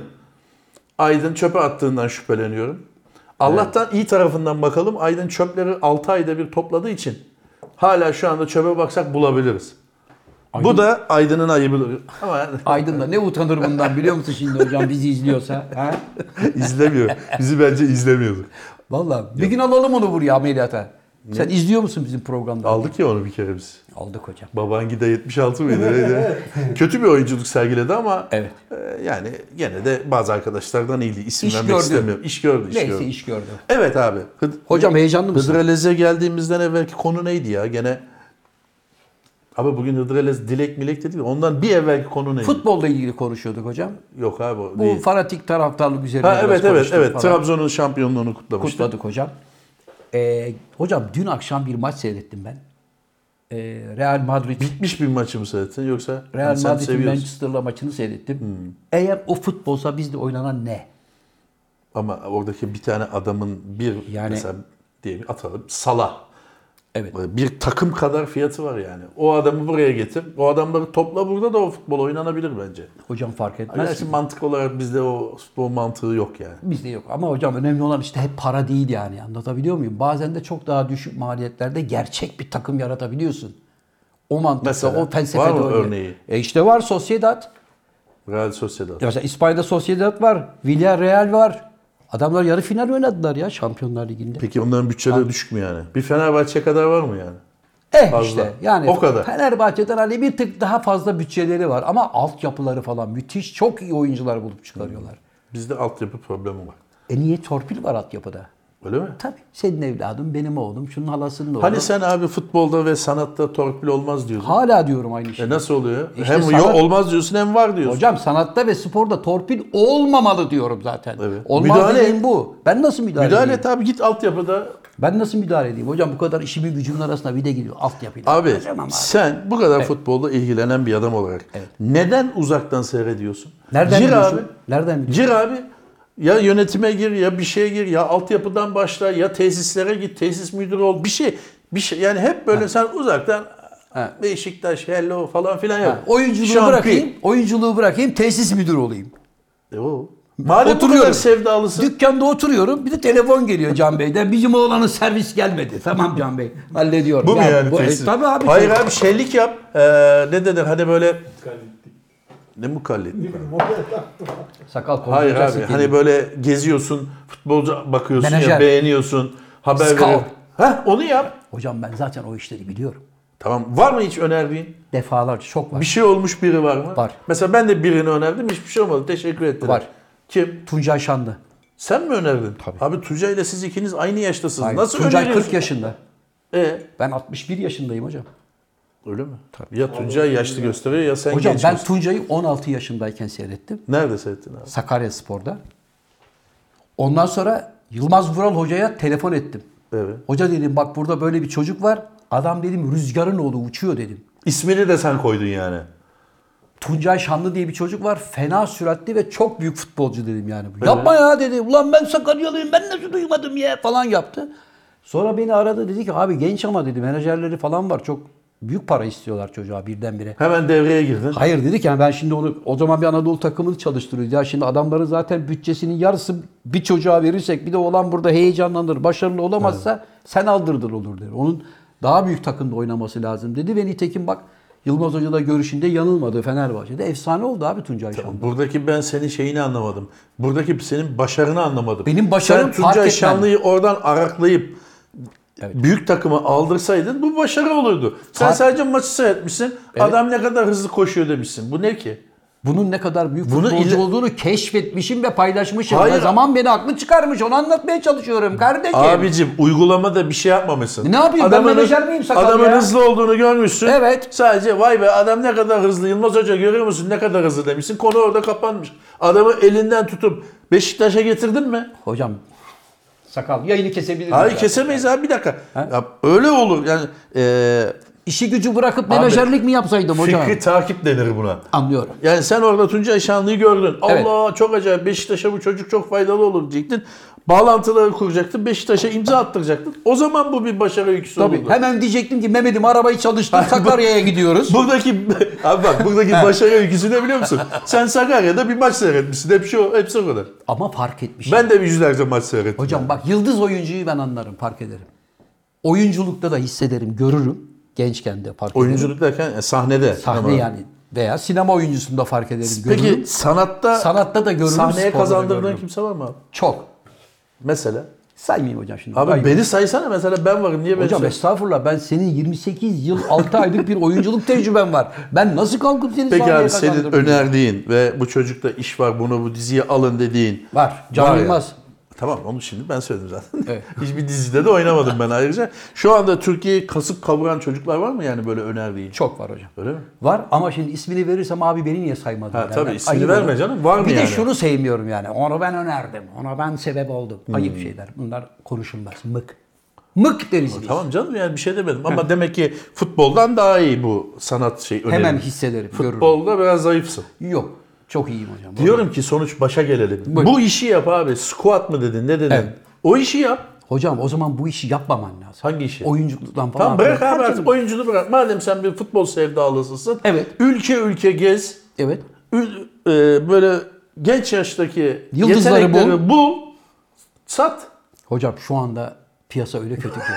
Aydın çöpe attığından şüpheleniyorum. Allah'tan iyi tarafından bakalım. Aydın çöpleri altı ayda bir topladığı için hala şu anda çöpe baksak bulabiliriz. Bu da Aydın'ın ayıbıdır. Ama Aydın da ne utanır bundan biliyor musun şimdi hocam bizi izliyorsa? Ha? izlemiyor. Bizi bence izlemiyordu. Vallahi bir gün alalım onu buraya ameliyata. Sen izliyor musun bizim programda? Aldık ya onu bir kere biz. Aldık hocam. Babangida yetmiş altı mıydı? Neydi? Kötü bir oyunculuk sergiledi ama Evet. e, yani gene de bazı arkadaşlardan iyiydi. İsim İş vermek gördü. istemiyorum. İş gördü, iş Neyse gördü. iş gördü. Evet abi. Hıd- Hocam heyecanlı mısın? Hıdrellez'e geldiğimizden evvelki konu neydi ya? Gene abi bugün Hıdrellez dilek milek dedi. Ondan bir evvelki konu neydi? Futbolla ilgili konuşuyorduk hocam. Yok abi o Bu değil. fanatik taraftarlık üzerine Ha, biraz evet evet konuştuk evet. falan. Trabzon'un şampiyonluğunu kutlamıştık. Kutladık hocam. Ee, hocam dün akşam bir maç seyrettim ben. e, Real Madrid Bitmiş bir maçı mı seyrettin yoksa Real hani sen Madrid'in seviyorsun. Manchester'la maçını seyrettim. Eğer o futbolsa bizde oynanan ne? Ama oradaki bir tane adamın bir Yani- mesela diyelim atalım Salah. Evet. Bir takım kadar fiyatı var yani. O adamı buraya getir. O adamları topla burada da o futbol oynanabilir bence. Hocam fark etmez. Gerçi ki. mantık olarak bizde o futbol mantığı yok yani. Bizde yok. Ama hocam önemli olan işte hep para değil yani. Anlatabiliyor muyum? Bazen de çok daha düşük maliyetlerde gerçek bir takım yaratabiliyorsun. O mantıkta, Mesela, o felsefede var mı oynuyor. örneği? E işte var Sociedad. Real Sociedad. Ya mesela İspanya'da Sociedad var. Villarreal var. Adamlar yarı final oynadılar ya Şampiyonlar Ligi'nde. Peki onların bütçeleri düşük mü yani? Bir Fenerbahçe kadar var mı yani? Eh Fazla. işte yani O kadar. Fenerbahçe'den hani bir tık daha fazla bütçeleri var. Ama altyapıları falan müthiş. Çok iyi oyuncular bulup çıkarıyorlar. Bizde altyapı problemi var. E niye torpil var altyapıda? Öyle mi? Tabii. Senin evladın, benim oğlum, şunun halasının oğlu. Hani sen abi futbolda ve sanatta torpil olmaz diyordun. Hala diyorum aynı şeyi. E nasıl oluyor? İşte hem sanat- yok olmaz diyorsun hem var diyorsun. Hocam sanatta ve sporda torpil olmamalı diyorum zaten. Evet. Olmaz Müdahale dediğim et. bu. Ben nasıl müdahale, Müdahale edeyim? et abi git altyapıda. Ben nasıl müdahale edeyim? Hocam bu kadar işimin gücümün arasında bir de gidiyor altyapıyla. Abi Yapacağım ama. sen bu kadar futbolda ilgilenen bir adam olarak neden uzaktan seyrediyorsun? Nereden Gir biliyorsun? abi. Nereden biliyorsun? Gir abi. Ya yönetime gir ya bir şeye gir ya altyapıdan başla ya tesislere git tesis müdürü ol bir şey bir şey yani hep böyle sen uzaktan Ha. Beşiktaş hello falan filan yap. Ha, oyunculuğu Şampiyon. bırakayım, oyunculuğu bırakayım, tesis müdürü olayım. E o. Madem bu kadar Oturuyorum. sevdalısın. Dükkanda oturuyorum. Bir de telefon geliyor Can Bey'den. Bizim oğlanın servis gelmedi. Tamam Can Bey. Hallediyorum. Bu mu Ya yani bu- tesis? e, tabii abi. Hayır abi şeylik yap. Ee, ne denir hani böyle ne mukallit? Sakal Hayır konuşacaksın abi kendini. hani böyle geziyorsun, futbolcu bakıyorsun Menajer. ya beğeniyorsun, haber Scout. veriyorsun. Heh onu yap. Hocam ben zaten o işleri biliyorum. Tamam. Var mı hiç önerdiğin? Defalarca çok var. Bir şey olmuş biri var mı? Var. Mesela ben de birini önerdim. Hiçbir şey olmadı. Teşekkür ettim. Var. Kim? Tuncay Şanlı. Sen mi önerdin? Tabii. Abi Tuncay ile siz ikiniz aynı yaştasınız. Hayır, Nasıl Tuncay öneriyorsun? kırk yaşında. E, Ben altmış bir yaşındayım hocam. öyle mi? Ya Tuncay yaşlı gösteriyor ya sen Hocam genç ben gösteriyorsun. Tuncay'ı on altı yaşındayken seyrettim. Nerede seyrettin abi? Sakaryaspor'da. Ondan sonra Yılmaz Vural Hoca'ya telefon ettim. Evet. Hoca dedim bak burada böyle bir çocuk var. Adam dedim Rüzgar'ın oğlu uçuyor dedim. İsmini de sen koydun yani. Tuncay Şanlı diye bir çocuk var. Fena süratli ve çok büyük futbolcu dedim yani. Yapma ya dedi. Ulan ben Sakaryalıyım ben nasıl duymadım ya falan yaptı. Sonra beni aradı dedi ki abi genç ama dedi menajerleri falan var. Çok büyük para istiyorlar çocuğa birdenbire. Hemen devreye girdin. Hayır dedik yani ben şimdi onu o zaman bir Anadolu takımını çalıştırıyoruz. Ya şimdi adamların zaten bütçesinin yarısı bir çocuğa verirsek bir de olan burada heyecanlanır. Başarılı olamazsa sen aldırdır olur dedi. Onun daha büyük takımda oynaması lazım dedi ve nitekim bak Yılmaz Hoca'da görüşünde yanılmadı Fenerbahçe'de. Efsane oldu abi Tuncay Şanlı. Buradaki ben senin şeyini anlamadım. Buradaki senin başarını anlamadım. Benim başarım Sen fark Tuncay etmem. Şanlı'yı oradan araklayıp Evet. büyük takıma aldırsaydın bu başarı olurdu. Sen Fark- sadece maçı seyretmişsin. Adam ne kadar hızlı koşuyor demişsin. Bu ne ki? Bunun ne kadar büyük Bunu futbolcu ile- olduğunu keşfetmişim ve paylaşmışım. Hayır. Ne zaman beni aklı çıkarmış onu anlatmaya çalışıyorum kardeşim. Abicim uygulamada bir şey yapmamışsın. Ne yapayım? Ben menajer miyim sakal Adamın ya? hızlı olduğunu görmüşsün. Evet. Sadece vay be adam ne kadar hızlı. Yılmaz Hoca görüyor musun ne kadar hızlı demişsin. Konu orada kapanmış. Adamı elinden tutup Beşiktaş'a getirdin mi? Hocam sakal yayını kesebiliriz. Hayır ya. kesemeyiz abi bir dakika. Ya, öyle olur yani. E, İşi gücü bırakıp menajerlik mi yapsaydım hocam? fikri takip denir buna. Anlıyorum. Yani sen orada Tuncay Şanlı'yı gördün. Evet. Allah çok acayip Beşiktaş'a bu çocuk çok faydalı olur diyecektin. Bağlantıları kuracaktın. Beşiktaş'a imza attıracaktın. O zaman bu bir başarı öyküsü Tabii. olurdu. Hemen diyecektim ki Mehmet'im arabayı çalıştır Sakarya'ya gidiyoruz. Buradaki abi bak buradaki başarı öyküsü ne biliyor musun? Sen Sakarya'da bir maç seyretmişsin. Hep şu hepsi o kadar. Ama fark etmişim. Ben de bir yüzlerce maç seyrettim. Hocam bak yıldız oyuncuyu ben anlarım, fark ederim. Oyunculukta da hissederim, görürüm. Gençken de fark ederim. Oyunculuk derken e, sahnede. Sahne Ama- yani veya sinema oyuncusunda fark ederim, görürüm. Peki sanatta Sanatta da görürüm, sahneye sporda da kazandırdığın görürüm. kimse var mı abi? Çok. Mesela? Saymayayım hocam şimdi. Abi Hayır. beni saysana mesela ben varım. Niye beni Hocam say- estağfurullah ben senin yirmi sekiz yıl altı aylık bir oyunculuk tecrüben var. Ben nasıl kalkıp seni Peki sahneye abi senin kazandırırım? önerdiğin ve bu çocukta iş var bunu bu diziye alın dediğin. Var. Can Var ya. Yılmaz. Tamam onu şimdi ben söyledim zaten. Evet. Hiçbir dizide de oynamadım ben ayrıca. Şu anda Türkiye'yi kasıp kavuran çocuklar var mı yani böyle önerdiğin? Çok var hocam. Öyle mi? Var ama şimdi ismini verirsem abi beni niye saymadın? Ha, tabii, derler. ismini Ayıp verme olur. canım, var mı Bir yani? de şunu sevmiyorum yani. Onu ben önerdim. Ona ben sebep oldum. Hmm. Ayıp şeyler. Bunlar konuşulmaz. Mık. Mık deriz biz. Tamam canım yani bir şey demedim ama demek ki futboldan daha iyi bu sanat şey önemli. Hemen hissederim, görürüm. Futbolda biraz zayıfsın. Yok. Çok iyiyim hocam. Diyorum ki sonuç başa gelelim. Buyurun. Bu işi yap abi. Squat mı dedin ne dedin? Evet. O işi yap. Hocam o zaman bu işi yapmaman lazım. Hangi işi? Oyunculuktan falan. Tamam bırak abi Her artık şey- oyunculuğu bırak. Madem sen bir futbol sevdalısısın. Evet. Ülke ülke gez. Evet. Ül- e, böyle genç yaştaki Yıldızları yetenekleri bul. Sat. Hocam şu anda piyasa öyle kötü ki.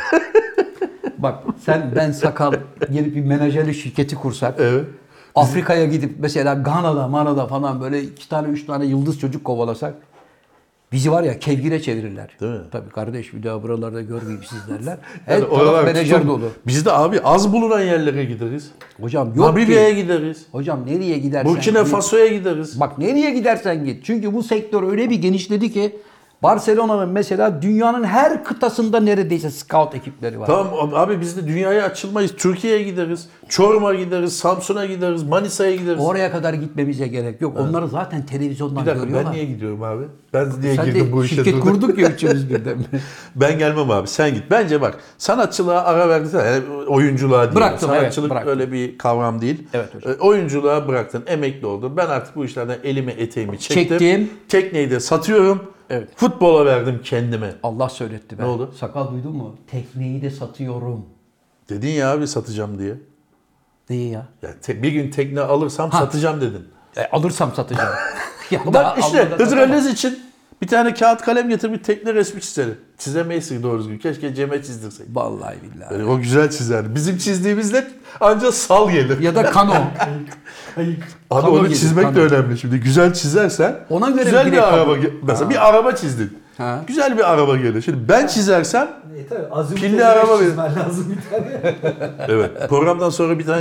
Bak sen ben sakal gelip bir menajerlik şirketi kursak. Evet. Afrika'ya gidip mesela Gana'da, Mana'da falan böyle iki tane üç tane yıldız çocuk kovalasak bizi var ya kevgire çevirirler. Değil mi? Tabii kardeş bir daha buralarda görmeyeyim siz derler. Yani Her oralar taraf menajer çok- dolu. Biz de abi az bulunan yerlere gideriz. Hocam yok Namibya'ya ki. gideriz. Hocam nereye gidersen Burkina git. Faso'ya gideriz. Bak nereye gidersen git. Çünkü bu sektör öyle bir genişledi ki Barcelona'nın mesela dünyanın her kıtasında neredeyse scout ekipleri var. Tamam abi biz de dünyaya açılmayız. Türkiye'ye gideriz. Çorum'a gideriz. Samsun'a gideriz. Manisa'ya gideriz. Oraya kadar gitmemize gerek yok. Onları zaten televizyondan Bir dakika görüyorlar. ben niye gidiyorum abi? Ben niye Sen girdim de bu işe? şirket durdum? kurduk ya üçümüz birden. Ben gelmem abi sen git. Bence bak sanatçılığa ara verdin. Yani oyunculuğa değil. Bıraktım, evet, Sanatçılık bıraktım. öyle bir kavram değil. Evet hocam. E, oyunculuğa bıraktın. Emekli oldun. Ben artık bu işlerden elimi eteğimi çektim. Çektim. Tekneyi de satıyorum. Evet. Futbola verdim kendime. Allah söyletti ben. Ne oldu? Sakal duydun mu? Tekneyi de satıyorum. Dedin ya abi satacağım diye. Neyi ya? Yani te- bir gün tekne alırsam Ha. satacağım dedin. E, alırsam satacağım. Ya Bak daha işte almadan Hızır satamam. Ellez için bir tane kağıt kalem getir bir tekne resmi çizelim. Çizemeyiz doğru düzgün. Keşke Cem'e çizdirsek. Vallahi billahi. Yani o güzel çizerdi. Bizim çizdiğimizle ancak sal gelir. Ya da kano. Kayık. Abi Kano onu gelir, çizmek kano. de önemli şimdi. Güzel çizersen Ona göre güzel bir bir direkt araba kabul. ge- mesela Ha. bir araba çizdin. Ha. Güzel bir araba gelir. Şimdi ben çizersem E tabii azimut Pilli elli araba beş verin. çizmen lazım bir tane. evet programdan sonra bir tane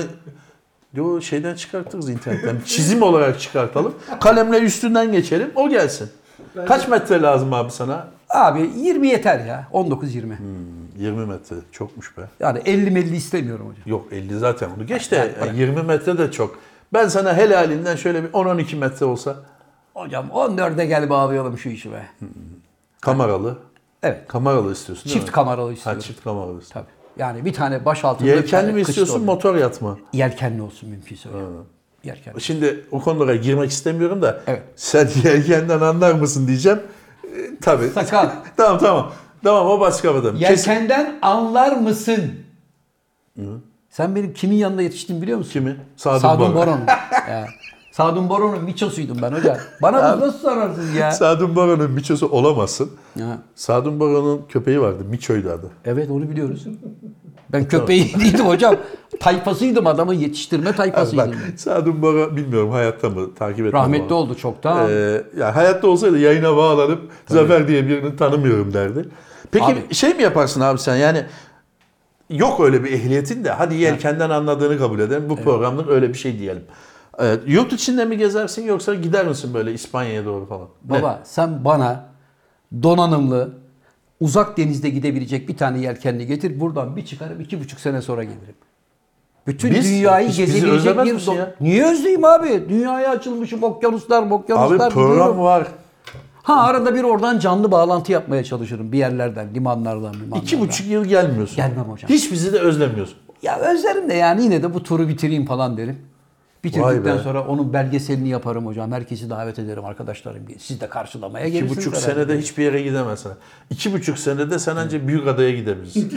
yo şeyden çıkartırız internetten. Çizim olarak çıkartalım. Kalemle üstünden geçelim. O gelsin. Kaç metre lazım abi sana? Abi yirmi yeter ya. on dokuz yirmi. yirmi metre. Çokmuş be. Yani elli melli istemiyorum hocam. Yok elli zaten onu geç de yani yirmi metre de çok. Ben sana helalinden şöyle bir on on iki metre olsa Hocam on dörde gel bağlayalım şu işi be. kameralı. Evet. Kameralı istiyorsun değil Çift mi? kameralı Ha istiyorum. çift kameralı istiyorsun. Tabii. Yani bir tane baş altında bir Yelkenli tane mi kışlı istiyorsun oluyor. motor yatma? Yelkenli olsun mümkünse hocam. Yelkenli. Şimdi o konulara girmek istemiyorum da Evet. sen yelkenden anlar mısın diyeceğim. E, tabii. Sakal. tamam tamam. Tamam o başka bir adam. Kesin. Yelkenden anlar mısın? Sen benim kimin yanında yetiştim biliyor musun? Kimi? Sadun, Sadun Baron. Boron. Ya. Sadun Boron'un miçosuydum ben hocam. Bana bunu nasıl sorarsın ya? Sadun Baron'un miçosu olamazsın. Ya. Sadun Baron'un köpeği vardı. Miço'ydu adı. Evet onu biliyoruz. Ben köpeği değildim hocam. Tayfasıydım adamın yetiştirme Bak tayfasıydım. Sadun Baron bilmiyorum hayatta mı takip etmem. Rahmetli ama. oldu çoktan. Ee, yani hayatta olsaydı yayına bağlanıp Zafer diye birini tanımıyorum derdi. Peki Abi- şey mi yaparsın abi sen yani yok öyle bir ehliyetin de hadi yelkenden anladığını kabul edelim. Bu programda öyle bir şey diyelim. Ee, yurt içinde mi gezersin yoksa gider misin böyle İspanya'ya doğru falan? Ne? Baba sen bana donanımlı uzak denizde gidebilecek bir tane yelkenli getir. Buradan bir çıkarım iki buçuk sene sonra gelirim. Bütün Biz- dünyayı hiç bizi gezebilecek özlemez bir... misin don- ya? Niye özleyeyim abi? Dünyaya açılmışım okyanuslar Abi okyanuslar program gidiyorum. var. Ha arada bir oradan canlı bağlantı yapmaya çalışırım. Bir yerlerden, limanlardan, limanlardan. İki buçuk yıl gelmiyorsun. Gelmem hocam. Hiç bizi de özlemiyorsun. Ya özlerim de yani yine de bu turu bitireyim falan derim. Bitirdikten Vay be. sonra onun belgeselini yaparım hocam. Herkesi davet ederim arkadaşlarım. Siz de karşılamaya İki gelirsiniz. buçuk herhalde. senede hiçbir yere gidemezsin. İki buçuk senede sen ancak Büyükada'ya gidebilirsin.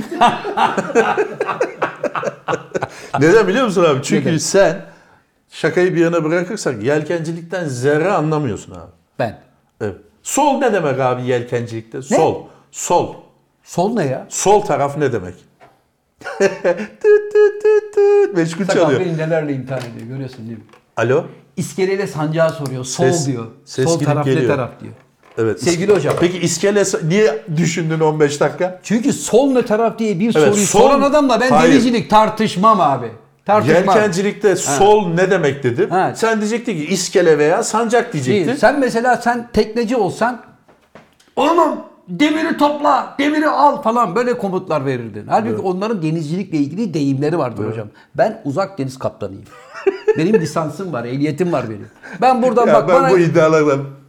Neden biliyor musun abi? Çünkü Neden? sen şakayı bir yana bırakırsak yelkencilikten zerre anlamıyorsun abi. Ben. Evet. Sol ne demek abi yelkencilikte? Sol. Sol. Sol ne ya? Sol taraf ne demek? tüt tüt tüt tüt. Meşgul Sakal çalıyor. beni nelerle imtihan ediyor görüyorsun değil mi? Alo. İskeleyle sancağı soruyor. Sol Ses- diyor. ses Sol gidip taraf ne geliyor. taraf diyor. Evet. Sevgili hocam. Peki iskele niye düşündün on beş dakika? Çünkü sol ne taraf diye bir Evet, soruyu sol- soran adamla ben Hayır. denizcilik tartışmam abi. Tartışmam. Yelkencilikte sol ne demek dedim. Ha. Sen diyecektin ki iskele veya sancak diyecektin. Değil. Sen mesela sen tekneci olsan oğlum demiri topla, demiri al falan böyle komutlar verirdin. Halbuki onların denizcilikle ilgili deyimleri vardır hocam. Ben uzak deniz kaptanıyım. Benim lisansım var, ehliyetim var benim. Ben buradan Ya bak ben bana bu iddialardan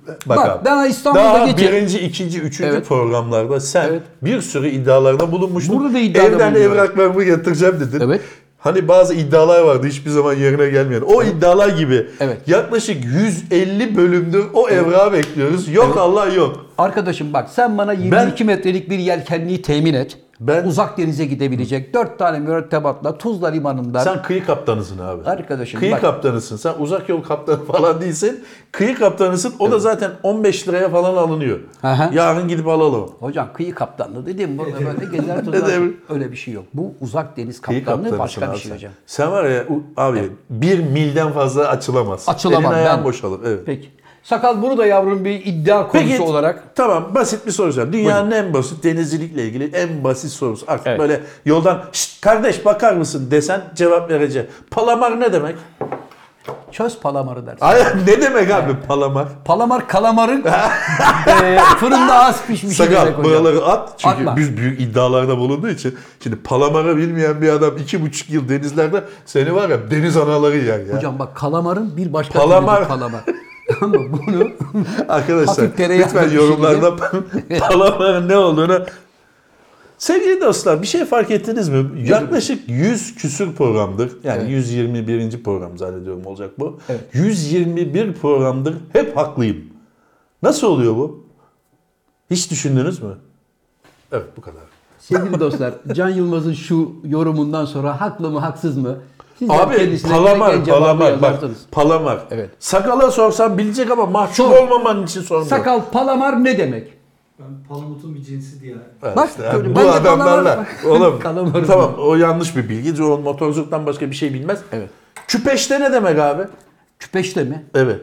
Bak, Bak, abi. ben İstanbul'da Daha geçen- birinci, ikinci, üçüncü Evet. programlarda sen Evet. bir sürü iddialarda bulunmuştun. Burada da iddiada Evden bulunuyorum. evraklarımı getireceğim dedin. Evet. Hani bazı iddialar vardı hiçbir zaman yerine gelmeyen. O iddialar gibi Evet. yaklaşık yüz elli bölümdür o evrağı bekliyoruz. Yok Allah yok. Arkadaşım bak sen bana yirmi iki metrelik bir yelkenliği temin et. Ben- Uzak denize gidebilecek dört tane mürettebatla Tuzla Limanı'ndan. Sen kıyı kaptanısın abi. Arkadaşım Kıyı bak. kaptanısın. Sen uzak yol kaptanı falan değilsin. Kıyı kaptanısın. O da zaten on beş liraya falan alınıyor. Aha. Yarın gidip alalım. Hocam kıyı kaptanlığı dedim burada böyle gezer Ne tozar. demek? Öyle bir şey yok. Bu uzak deniz Kıyı kaptanlığı kaptanısın başka abi bir şey sen. hocam. Sen var ya u- abi bir milden fazla açılamaz. Açılamaz, Elin ayağın ben- boşalır. Evet. Peki. Sakal bunu da yavrum bir iddia konusu Peki olarak. tamam basit bir soru soracağım. Dünyanın en basit denizcilikle ilgili en basit sorusu. Artık Evet. böyle yoldan "Şşt, kardeş bakar mısın desen cevap vereceğim. Palamar ne demek? Çöz palamarı dersin. Ay, ne demek abi palamar? Palamar kalamarın e, fırında az pişmiş demek Sakal hocam. buraları at. Çünkü Atma. biz büyük iddialarda bulunduğu için. Şimdi palamarı bilmeyen bir adam iki buçuk yıl denizlerde seni var ya deniz anaları yer ya. Hocam bak kalamarın bir başka Palamar. türlüdür palamar. Ama bunu Arkadaşlar hafif tereyağı lütfen bir yorumlarda palamarın ne olduğunu. Sevgili dostlar bir şey fark ettiniz mi? Yaklaşık yüz küsür programdır. Yani Evet. yüz yirmi birinci program zannediyorum olacak bu. Evet. yüz yirmi bir programdır hep haklıyım. Nasıl oluyor bu? Hiç düşündünüz mü? Evet bu kadar. sevgili dostlar Can Yılmaz'ın şu yorumundan sonra haklı mı haksız mı? Sizler Abi kendisine palamar gereken cevabı palamar bak yazarsınız. palamar. Evet. Sakala sorsan bilecek ama mahcup Sor. olmaman için sormuyor. Sakal palamar ne demek? Ben palamutun bir cinsi diye. Evet Bak, işte abi, ben bu de adamlarla kalamar- oğlum Kalamarım tamam o yanlış bir bilgi. O motorculuktan başka bir şey bilmez. Evet. Küpeşte ne demek abi? Küpeşte mi? Evet.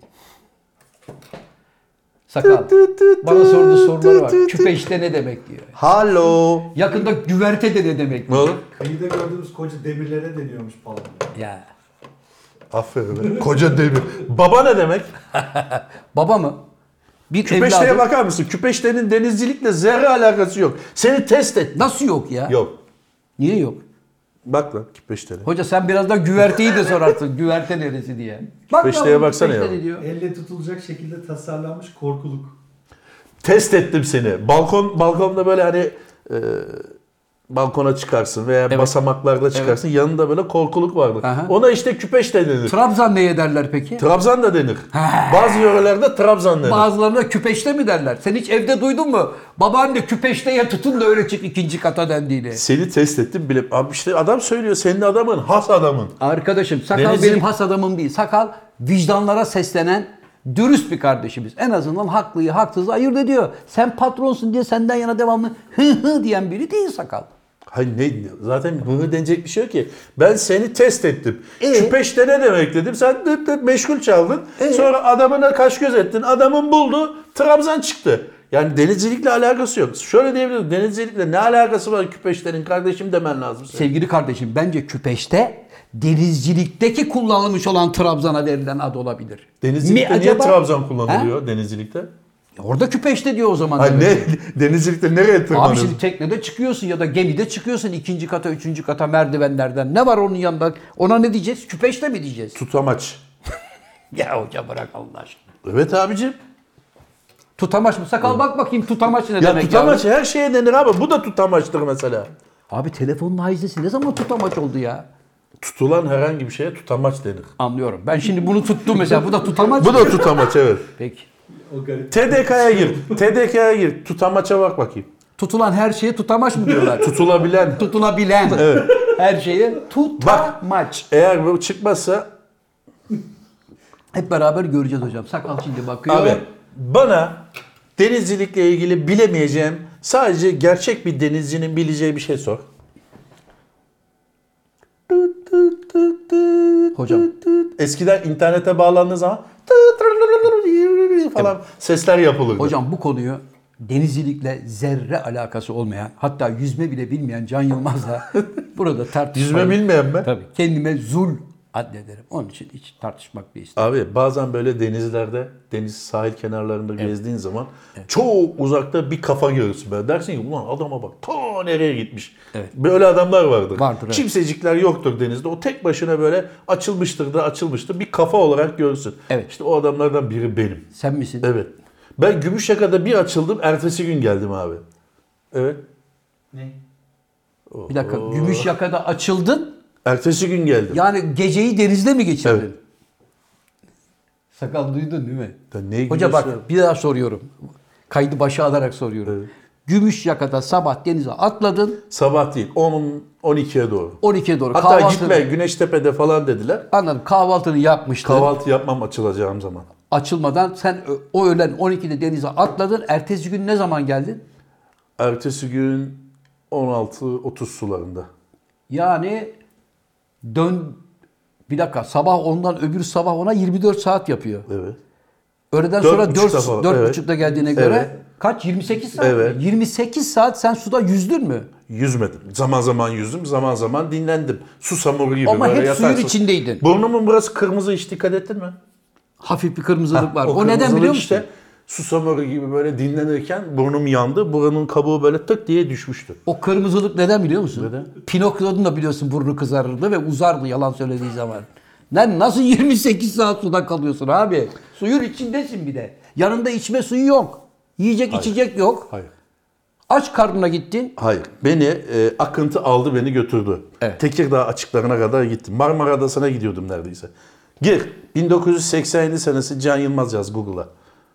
Sakal. Bana sorduğu sorulara bak. Küpeşte ne demek diyor. Halo. Yakında güverte de ne demek Ne diyor. olur? Kıyıda gördüğümüz koca demirlere deniyormuş palamut. Ya. Aferin. be. Koca demir. Baba ne demek? Baba mı? Bir Küpeşte'ye evladı. bakar mısın? Küpeşte'nin denizcilikle zerre alakası yok. Seni test et. Nasıl yok ya? Yok. Niye yok? Bak lan Küpeşte'ne. Hoca sen biraz da güverteyi de sorarsın. Güverte neresi diye. Bak Küpeşte'ye yavrum, baksana küpeşte ya. ne diyor? Elle tutulacak şekilde tasarlanmış korkuluk. Test ettim seni. Balkon balkonda böyle hani e, balkona çıkarsın veya Evet. basamaklarda çıkarsın. Yanında böyle korkuluk vardır. Aha. Ona işte Küpeşte denir. Trabzan neye derler peki? Trabzan da denir. Bazı yörelerde Trabzan denir. Bazılarına küpeşte mi derler? Sen hiç evde duydun mu? Babaanne küpeşteye tutun da öyle çık ikinci kata dendiğini. Seni test ettim bile. Abi işte adam söylüyor senin adamın, has adamın. Arkadaşım sakal Denizcilik- benim has adamım değil. Sakal vicdanlara seslenen dürüst bir kardeşimiz. En azından haklıyı haksızı ayırt ediyor. Sen patronsun diye senden yana devamlı hı hı diyen biri değil sakal. Hayır ne zaten hı denecek bir şey yok ki. Ben seni test ettim. E? Küpeşte ne demek dedim. Sen dıt dıt meşgul çaldın. E? Sonra adamına kaş göz ettin. Adamın buldu. Trabzan çıktı. Yani denizcilikle alakası yok. Şöyle diyebilirim. Denizcilikle ne alakası var Küpeşte'nin kardeşim demen lazım. senin. Sevgili kardeşim bence küpeşte denizcilikteki kullanılmış olan Trabzan'a verilen ad olabilir. Denizcilikte Mi niye acaba? Trabzan kullanılıyor denizcilikte? Orada küpeşte diyor o zaman. Hayır demek ne ki. denizcilikte nereye Abi tırmanıyorsun? şimdi teknede çıkıyorsun ya da gemide çıkıyorsun ikinci kata, üçüncü kata merdivenlerden. Ne var onun yanında? Ona ne diyeceğiz? Küpeşte mi diyeceğiz? Tutamaç. Ya hoca bırak Allah aşkına. Evet abicim. Tutamaç mı? Sakal bak bakayım tutamaç ne Ya demek tutamaç ya? her şeye denir abi. Bu da tutamaçtır mesela. Abi telefonun haizesi ne zaman tutamaç oldu ya? Tutulan herhangi bir şeye tutamaç denir. Anlıyorum. Ben şimdi bunu tuttum mesela. Bu da tutamaç. Bu da tutamaç evet. Peki. O garip. T D K'ya gir. T D K'ya gir. Tutamaça bak bakayım. Tutulan her şeye tutamaç mı diyorlar? Tutulabilen. Tutulabilen. Evet. Her şeye tutamaç. Eğer bu çıkmazsa Hep beraber göreceğiz hocam. Sakal şimdi bakıyor. abi bana denizcilikle ilgili bilemeyeceğim sadece gerçek bir denizcinin bileceği bir şey sor. Hocam. Eskiden internete bağlandığı zaman falan sesler yapılırdı. Hocam bu konuyu denizcilikle zerre alakası olmayan, hatta yüzme bile bilmeyen Can Yılmaz'la burada tartışma. Yüzme bilmeyen mi? Tabii. Kendime zul Addederim. Onun için hiç tartışmak bir istedim. Abi bazen böyle denizlerde, deniz sahil kenarlarında gezdiğin zaman çok uzakta bir kafa görürsün. Böyle dersin ki ulan adama bak ta nereye gitmiş. Evet. Böyle adamlar vardır. Vardır, evet. Kimsecikler yoktur denizde. O tek başına böyle açılmıştır da açılmıştır. Bir kafa olarak görürsün. Evet. İşte o adamlardan biri benim. Sen misin? Evet. Ben Gümüşyaka'da bir açıldım. Ertesi gün geldim abi. Evet. Ne? Bir dakika. Gümüşyaka'da açıldın. Ertesi gün geldim. Yani geceyi denizde mi geçirdin? Evet. Sakal duydun değil mi? Ya neyi Hoca bak gülüyorsun? bir daha soruyorum. Kaydı başa alarak soruyorum. Evet. Gümüşyaka'da sabah denize atladın. Sabah değil. on on ikiye doğru. on ikiye doğru Hatta kahvaltını... gitme Güneştepe'de falan dediler. Anladım. Kahvaltını yapmıştın. Kahvaltı yapmam açılacağım zaman. Açılmadan sen ö- o öğlen on ikide denize atladın. Ertesi gün ne zaman geldin? Ertesi gün on altı otuz sularında. Yani dön... Bir dakika. Sabah ondan öbür sabah ona yirmi dört saat yapıyor. Evet. Öğleden Dört sonra buçukta falan, dört evet. buçukta geldiğine göre Evet. kaç? yirmi sekiz saat mi? Evet. yirmi sekiz saat sen suda yüzdün mü? Yüzmedim. Zaman zaman yüzdüm, zaman zaman dinlendim. Su samuru gibi Ama böyle hep suyun yatarsın. içindeydin. Burnumun burası kırmızı, hiç dikkat ettin mi? Hafif bir kırmızılık var. O, neden kırmızılık biliyor musun? işte, su samuru gibi böyle dinlenirken burnum yandı. Buranın kabuğu böyle tık diye düşmüştü. O kırmızılık neden biliyor musun? Neden? Pinokyo'nun da biliyorsun burnu kızarırdı ve uzardı yalan söylediği zaman. Lan nasıl yirmi sekiz saat suda kalıyorsun abi? Suyun içindesin bir de. Yanında içme suyu yok. Yiyecek içecek yok. Hayır. Aç karnına gittin. Hayır. Beni e, akıntı aldı, beni götürdü. Evet. Tekirdağ açıklarına kadar gittim. Marmara Adası'na gidiyordum neredeyse. Gir. bin dokuz yüz seksen yedi senesi Can Yılmaz yaz Google'a.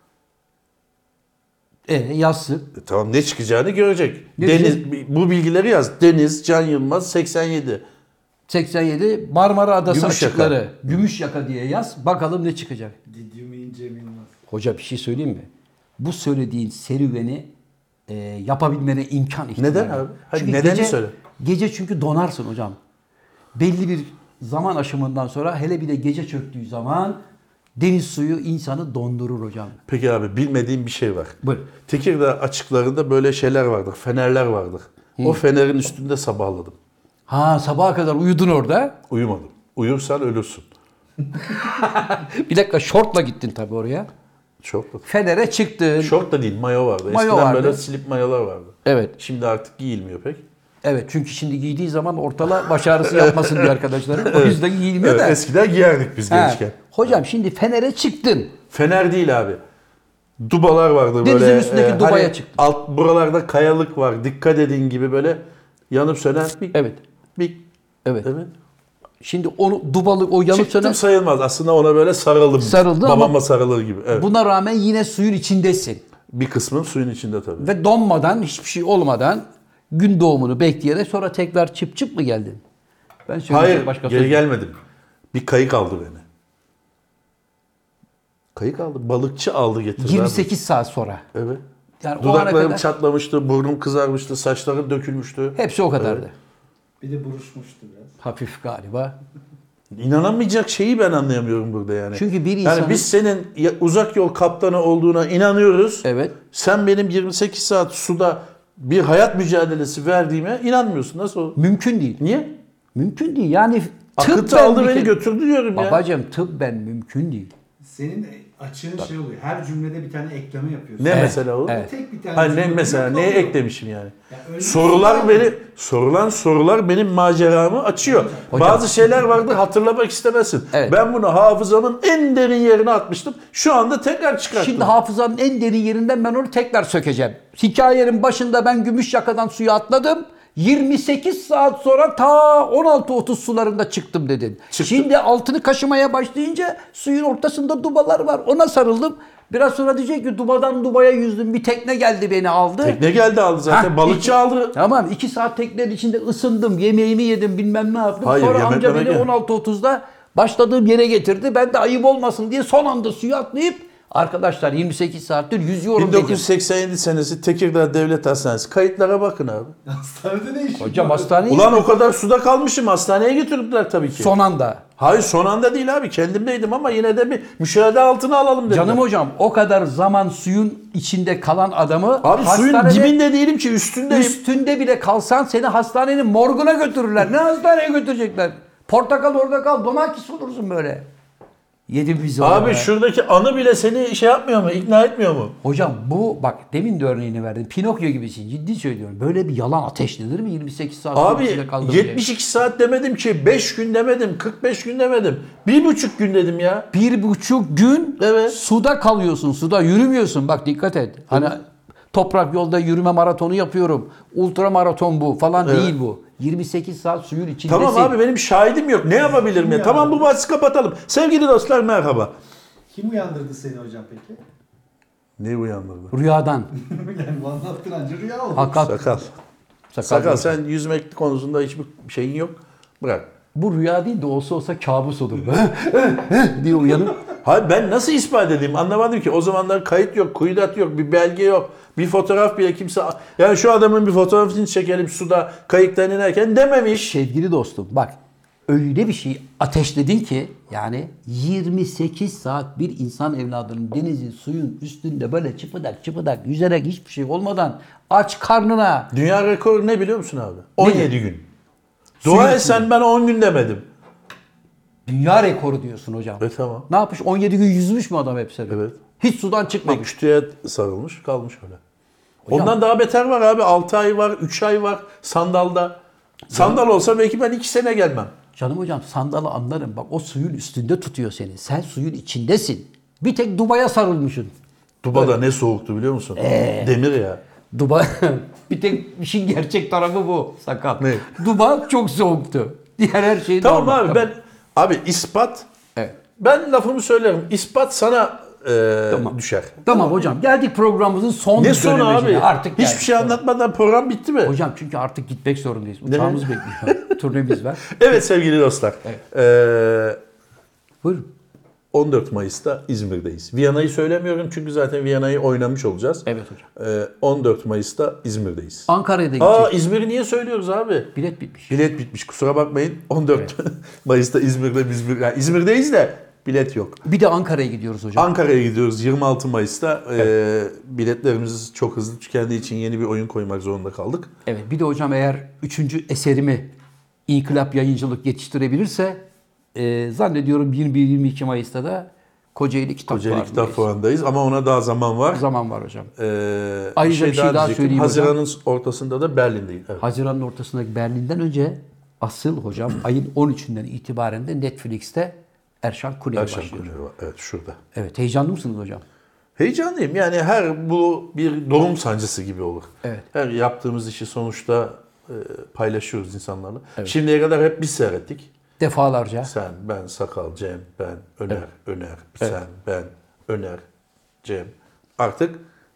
E yazsın. E, tamam ne çıkacağını görecek. Ne Deniz diyecek? bu bilgileri yaz. Deniz Can Yılmaz seksen yedi. seksen yedi Marmara Adası Gümüşyaka. açıkları. Gümüşyaka diye yaz. Bakalım ne çıkacak. Did you mean Cem Yılmaz? Hoca bir şey söyleyeyim mi? Bu söylediğin serüveni e, yapabilmene imkan ihtimali. Neden abi? Hadi Çünkü nedeni gece, söyle. Gece çünkü donarsın hocam. Belli bir zaman aşımından sonra hele bir de gece çöktüğü zaman deniz suyu insanı dondurur hocam. Peki abi bilmediğim bir şey var. Buyur. Tekirdağ açıklarında böyle şeyler vardır. Fenerler vardır. O fenerin üstünde sabahladım. Ha sabaha kadar uyudun orada. Uyumadım. Uyursan ölürsün. Bir dakika şortla gittin tabii oraya. Çok da. Fener'e çıktın. Şort da değil, mayo vardı. Mayo Eskiden vardı. böyle slip mayolar vardı. Evet. Şimdi artık giyilmiyor pek. Evet çünkü şimdi giydiği zaman ortala baş ağrısı yapmasın diyor arkadaşlarım. O yüzden giyilmiyor Evet, da. eskiden giyerdik biz Ha, gençken. hocam şimdi Fener'e çıktın. Fener değil abi. Dubalar vardı Denizin böyle. üstündeki dubaya çıktı. Alt buralarda kayalık var. Dikkat edin gibi böyle yanıp sönen bir. Evet. Bir. Evet. Evet. Şimdi onu dubalık o yanıp Çıktım sönen sayılmaz. Aslında ona böyle sarıldım. Sarıldı ama- Babama sarılır gibi. Evet. buna rağmen yine suyun içindesin. Bir kısmın suyun içinde tabii. Ve donmadan hiçbir şey olmadan gün doğumunu bekleyerek sonra tekrar çıp çıp mı geldin? Ben söyleyeceğim Hayır, başka geri söz- gelmedim. Bir kayık aldı beni. Kayık aldı. Balıkçı aldı getirdi. yirmi abi. sekiz saat sonra. Evet. Yani o ana Dudaklarım kadar çatlamıştı, burnum kızarmıştı, saçlarım dökülmüştü. hepsi o kadardı. Bir de buruşmuştu biraz. Hafif galiba. İnanamayacak şeyi ben anlayamıyorum burada yani. Çünkü bir Yani insanın- biz senin ya- uzak yol kaptanı olduğuna inanıyoruz. Evet. Sen benim yirmi sekiz saat suda bir hayat mücadelesi verdiğime inanmıyorsun. Nasıl olur? Mümkün değil. Niye? Mümkün değil. Yani Akıntı tıbben aldı bir beni kere- götürdü diyorum ya. Babacım tıbben mümkün değil. Senin açığın şey oluyor. Her cümlede bir tane ekleme yapıyorsun. Ne Evet, mesela o? evet. Tek bir tane Hayır, ne cümle mesela yok, neye oluyor. eklemişim yani? Ya öyle Sorular bir şey beni sorulan sorular benim maceramı açıyor. Hocam. Bazı şeyler vardı hatırlamak istemezsin. Evet. Ben bunu hafızamın en derin yerine atmıştım. Şu anda tekrar çıkarttım. Şimdi hafızanın en derin yerinden ben onu tekrar sökeceğim. Hikayenin başında ben Gümüşyaka'dan suya atladım. yirmi sekiz saat sonra ta on altı otuz sularında çıktım dedin. Çıktım. Şimdi altını kaşımaya başlayınca suyun ortasında dubalar var. Ona sarıldım. Biraz sonra diyecek ki dubadan dubaya yüzdüm. Bir tekne geldi beni aldı. Tekne geldi aldı zaten. Hah, Balıkçı iki- aldı. Tamam iki saat teknenin içinde ısındım. Yemeğimi yedim bilmem ne yaptım. Hayır, Sonra yemek amca yemek beni ye. on altı otuzda başladığım yere getirdi. Ben de ayıp olmasın diye son anda suya atlayıp arkadaşlar yirmi sekiz saattir yüzüyorum bin dedim. dokuz yüz seksen yedi senesi Tekirdağ Devlet Hastanesi. Kayıtlara bakın abi. Hastanede ne işin Hocam var? hastaneye Ulan o kadar suda kalmışım. Hastaneye götürdüler tabii ki. son anda. Hayır son anda değil abi. Kendimdeydim ama yine de bir müşahede altına alalım dediler. Canım hocam o kadar zaman suyun içinde kalan adamı Abi suyun hastanede dibinde değilim ki üstündeyim. üstünde bile kalsan seni hastanenin morguna götürürler. Ne hastaneye götürecekler? Portakal orada kal. Domates olursun böyle. Yedim biz onu. Abi be. şuradaki anı bile seni şey yapmıyor mu? İkna etmiyor mu? Hocam bu bak demin de örneğini verdim. Pinokyo gibisin. Ciddi söylüyorum. Böyle bir yalan ateşlenir mi? yirmi sekiz saat Abi içinde kaldım diye. yetmiş iki saat demedim ki, beş gün demedim, kırk beş gün demedim. Bir buçuk gün dedim ya. Bir buçuk gün Evet. suda kalıyorsun. Suda yürümüyorsun. Bak dikkat et. Hani toprak yolda yürüme maratonu yapıyorum. Ultra maraton bu falan Evet. değil bu. yirmi sekiz saat suyun içindesin. Tamam abi benim şahidim yok. Ne yapabilirim ya? ya? Tamam bu bahsi kapatalım. Sevgili dostlar merhaba. Kim uyandırdı seni hocam peki? Ne uyandırdı? Rüyadan. Yani bu anlattığın anca rüya oldu. Hakikat. Sakal. Sakal. Sakal sen yüzmek konusunda hiçbir şeyin yok. Bırak. Bu rüya değil de olsa olsa kabus olur. diye uyanıp. Hayır ben nasıl ispat edeyim anlamadım ki. O zamanlar kayıt yok, kuyudat yok, bir belge yok. Bir fotoğraf bile kimse... Yani şu adamın bir fotoğrafını çekelim suda kayıktan inerken dememiş. Sevgili dostum bak öyle bir şey ateşledin ki yani yirmi sekiz saat bir insan evladının denizin suyun üstünde böyle çıpıdak çıpıdak yüzerek hiçbir şey olmadan aç karnına. Dünya rekoru ne biliyor musun abi? on yedi gün. Suyun Dua et içinde. sen ben on gün demedim. Dünya rekoru diyorsun hocam. E tamam. Ne yapmış? on yedi gün yüzmüş mü adam hepsi? Evet. Hiç sudan Ve çıkmamış. kütüğe sarılmış kalmış öyle. Hocam- Ondan daha beter var abi. altı ay var, üç ay var sandalda. Sandal olsa belki ben iki sene gelmem. Canım hocam sandalı anlarım. Bak o suyun üstünde tutuyor seni. Sen suyun içindesin. Bir tek Dubai'ye sarılmışsın. Duba'da ne soğuktu biliyor musun? Ee. Demir ya. Dubai bir tek işin gerçek tarafı bu sakal. Ne? Dubai çok soğuktu. Diğer her şey Tamam normal. abi ben abi ispat Evet. ben lafımı söylerim. İspat sana e, Tamam. düşer. Tamam hocam geldik programımızın son Ne sonu dönemecine. abi? Artık Hiçbir geldik. şey anlatmadan program bitti mi? Hocam çünkü artık gitmek zorundayız. Uçağımız bekliyor. Turnemiz var. Evet sevgili dostlar. E, Buyurun. on dört Mayıs'ta İzmir'deyiz. Viyana'yı söylemiyorum çünkü zaten Viyana'yı oynamış olacağız. Evet hocam. E, on dört Mayıs'ta İzmir'deyiz. Ankara'ya da Aa gidecek. İzmir'i niye söylüyoruz abi? Bilet bitmiş. Bilet bitmiş kusura bakmayın. on dört Mayıs'ta İzmir'de İzmir, yani İzmir'deyiz de bilet yok. Bir de Ankara'ya gidiyoruz hocam. Ankara'ya gidiyoruz yirmi altı Mayıs'ta. Ee, biletlerimiz çok hızlı tükendiği için yeni bir oyun koymak zorunda kaldık. Evet bir de hocam eğer üçüncü eserimi İnkılap Yayıncılık yetiştirebilirse e, zannediyorum yirmi bir yirmi iki Mayıs'ta da Kocaeli Kitap Kocaeli Fuarı'ndayız. Kitap Fuarı'ndayız ama ona daha zaman var. Zaman var hocam. Ee, Ayrıca bir şey daha diyecektim. söyleyeyim hocam. Haziran'ın ortasında da Berlin'deyim. Evet. Haziran'ın ortasındaki Berlin'den önce asıl hocam ayın on üçünden itibaren de Netflix'te Erşan Kuneri Erşan başlıyor. Kuneri var. Evet şurada. Evet heyecanlı mısınız hocam? Heyecanlıyım. Yani her bu bir doğum sancısı gibi olur. Evet. Her yaptığımız işi sonuçta e, paylaşıyoruz insanlarla. Şimdiye kadar hep biz seyrettik. Defalarca. Sen, ben, Sakal, Cem, ben, Öner, Öner, sen, ben, Öner, Cem. Artık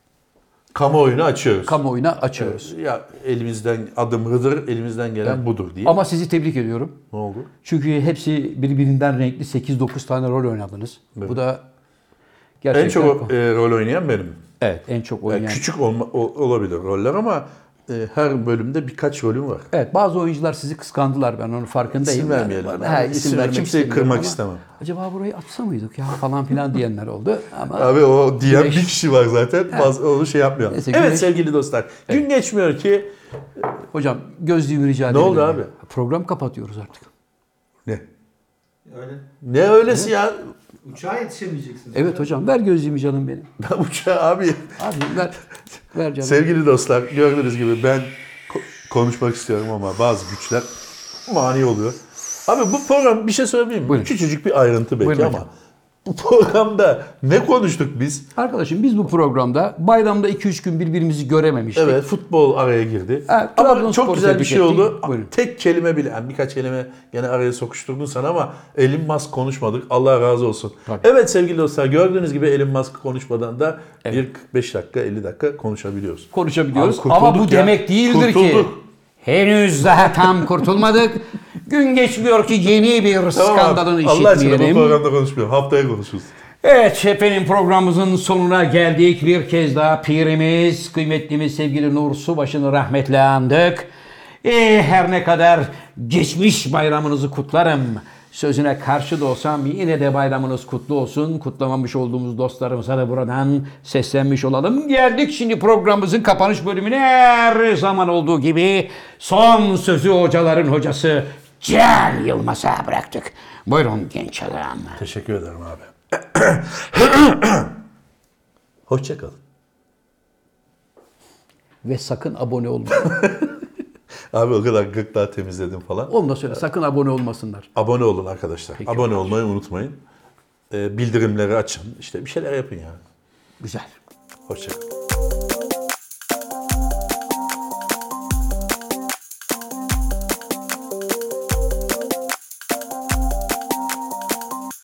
kamuoyunu açıyoruz. Kamuoyuna açıyoruz. Ya elimizden adım Hıdır, elimizden gelen budur diye. Ama sizi tebrik ediyorum. Ne oldu? Çünkü hepsi birbirinden renkli sekiz dokuz tane rol oynadınız. Bu da gerçekten... En çok e, rol oynayan benim. Evet en çok oynayan. Yani küçük olma, o- olabilir roller ama e, her bölümde birkaç rolüm var. Evet bazı oyuncular sizi kıskandılar ben onun farkındayım. İsim vermeyelim. Yani, Ben he, isim isim ver- vermek kimseyi istemiyorum kırmak ama istemem. Acaba burayı atsa mıydık ya falan filan diyenler oldu. Ama Abi o diyen Güneş- bir kişi var zaten. Bazı onu şey yapmıyor. Neyse, evet Güneş- sevgili dostlar. Gün geçmiyor ki. hocam gözlüğümü rica Ne ederim. oldu abi? Program kapatıyoruz artık. Ne? Öyle. Ne öylesi ya? Uçağa yetişemeyeceksiniz. Evet hocam ver gözlüğümü canım benim. Ben uçağı abi. Abi ver. Ver canım. Sevgili dostlar gördüğünüz gibi ben ko- konuşmak istiyorum ama bazı güçler mani oluyor. Abi bu program bir şey söyleyeyim mi? Buyurun. Küçücük bir ayrıntı belki Buyurun ama hocam. bu programda ne konuştuk biz? Arkadaşım biz bu programda bayramda iki üç gün birbirimizi görememiştik. Evet futbol araya girdi. Evet, ama Trabzonspor'u çok güzel bir tebrik şey ettik. oldu. Buyurun. Tek kelime bile, yani birkaç kelime gene araya sokuşturdun sen ama Elon Musk konuşmadık. Allah razı olsun. Tabii. Evet sevgili dostlar gördüğünüz gibi Elon Musk konuşmadan da bir kırk beş dakika elli dakika konuşabiliyoruz. Konuşabiliyoruz Abi ama bu kurtulduk ya. demek değildir ki Kurtulduk. henüz daha tam kurtulmadık. Gün geçmiyor ki yeni bir Tamam skandalın abi, Allah aşkına bu işitmeyelim. programda konuşmuyorum. Haftaya konuşuruz. Evet efendim programımızın sonuna geldik. Bir kez daha pirimiz, kıymetlimiz sevgili Nur Subaşı'nı rahmetle andık. Ee, her ne kadar geçmiş bayramınızı kutlarım. Sözüne karşı da olsam yine de bayramınız kutlu olsun. Kutlamamış olduğumuz dostlarımıza da buradan seslenmiş olalım. Geldik şimdi programımızın kapanış bölümüne her zaman olduğu gibi son sözü hocaların hocası Can Yılmaz'a bıraktık. Buyurun genç adam. Teşekkür ederim abi. Hoşçakalın. Ve sakın abone olmayın. Abi o kadar gırtlağı temizledim falan. Onu da söyle. Sakın abone olmasınlar. Abone olun arkadaşlar. Peki, abone olmayı unutmayın. Ee, bildirimleri açın. İşte bir şeyler yapın yani. Güzel. Hoşçakalın.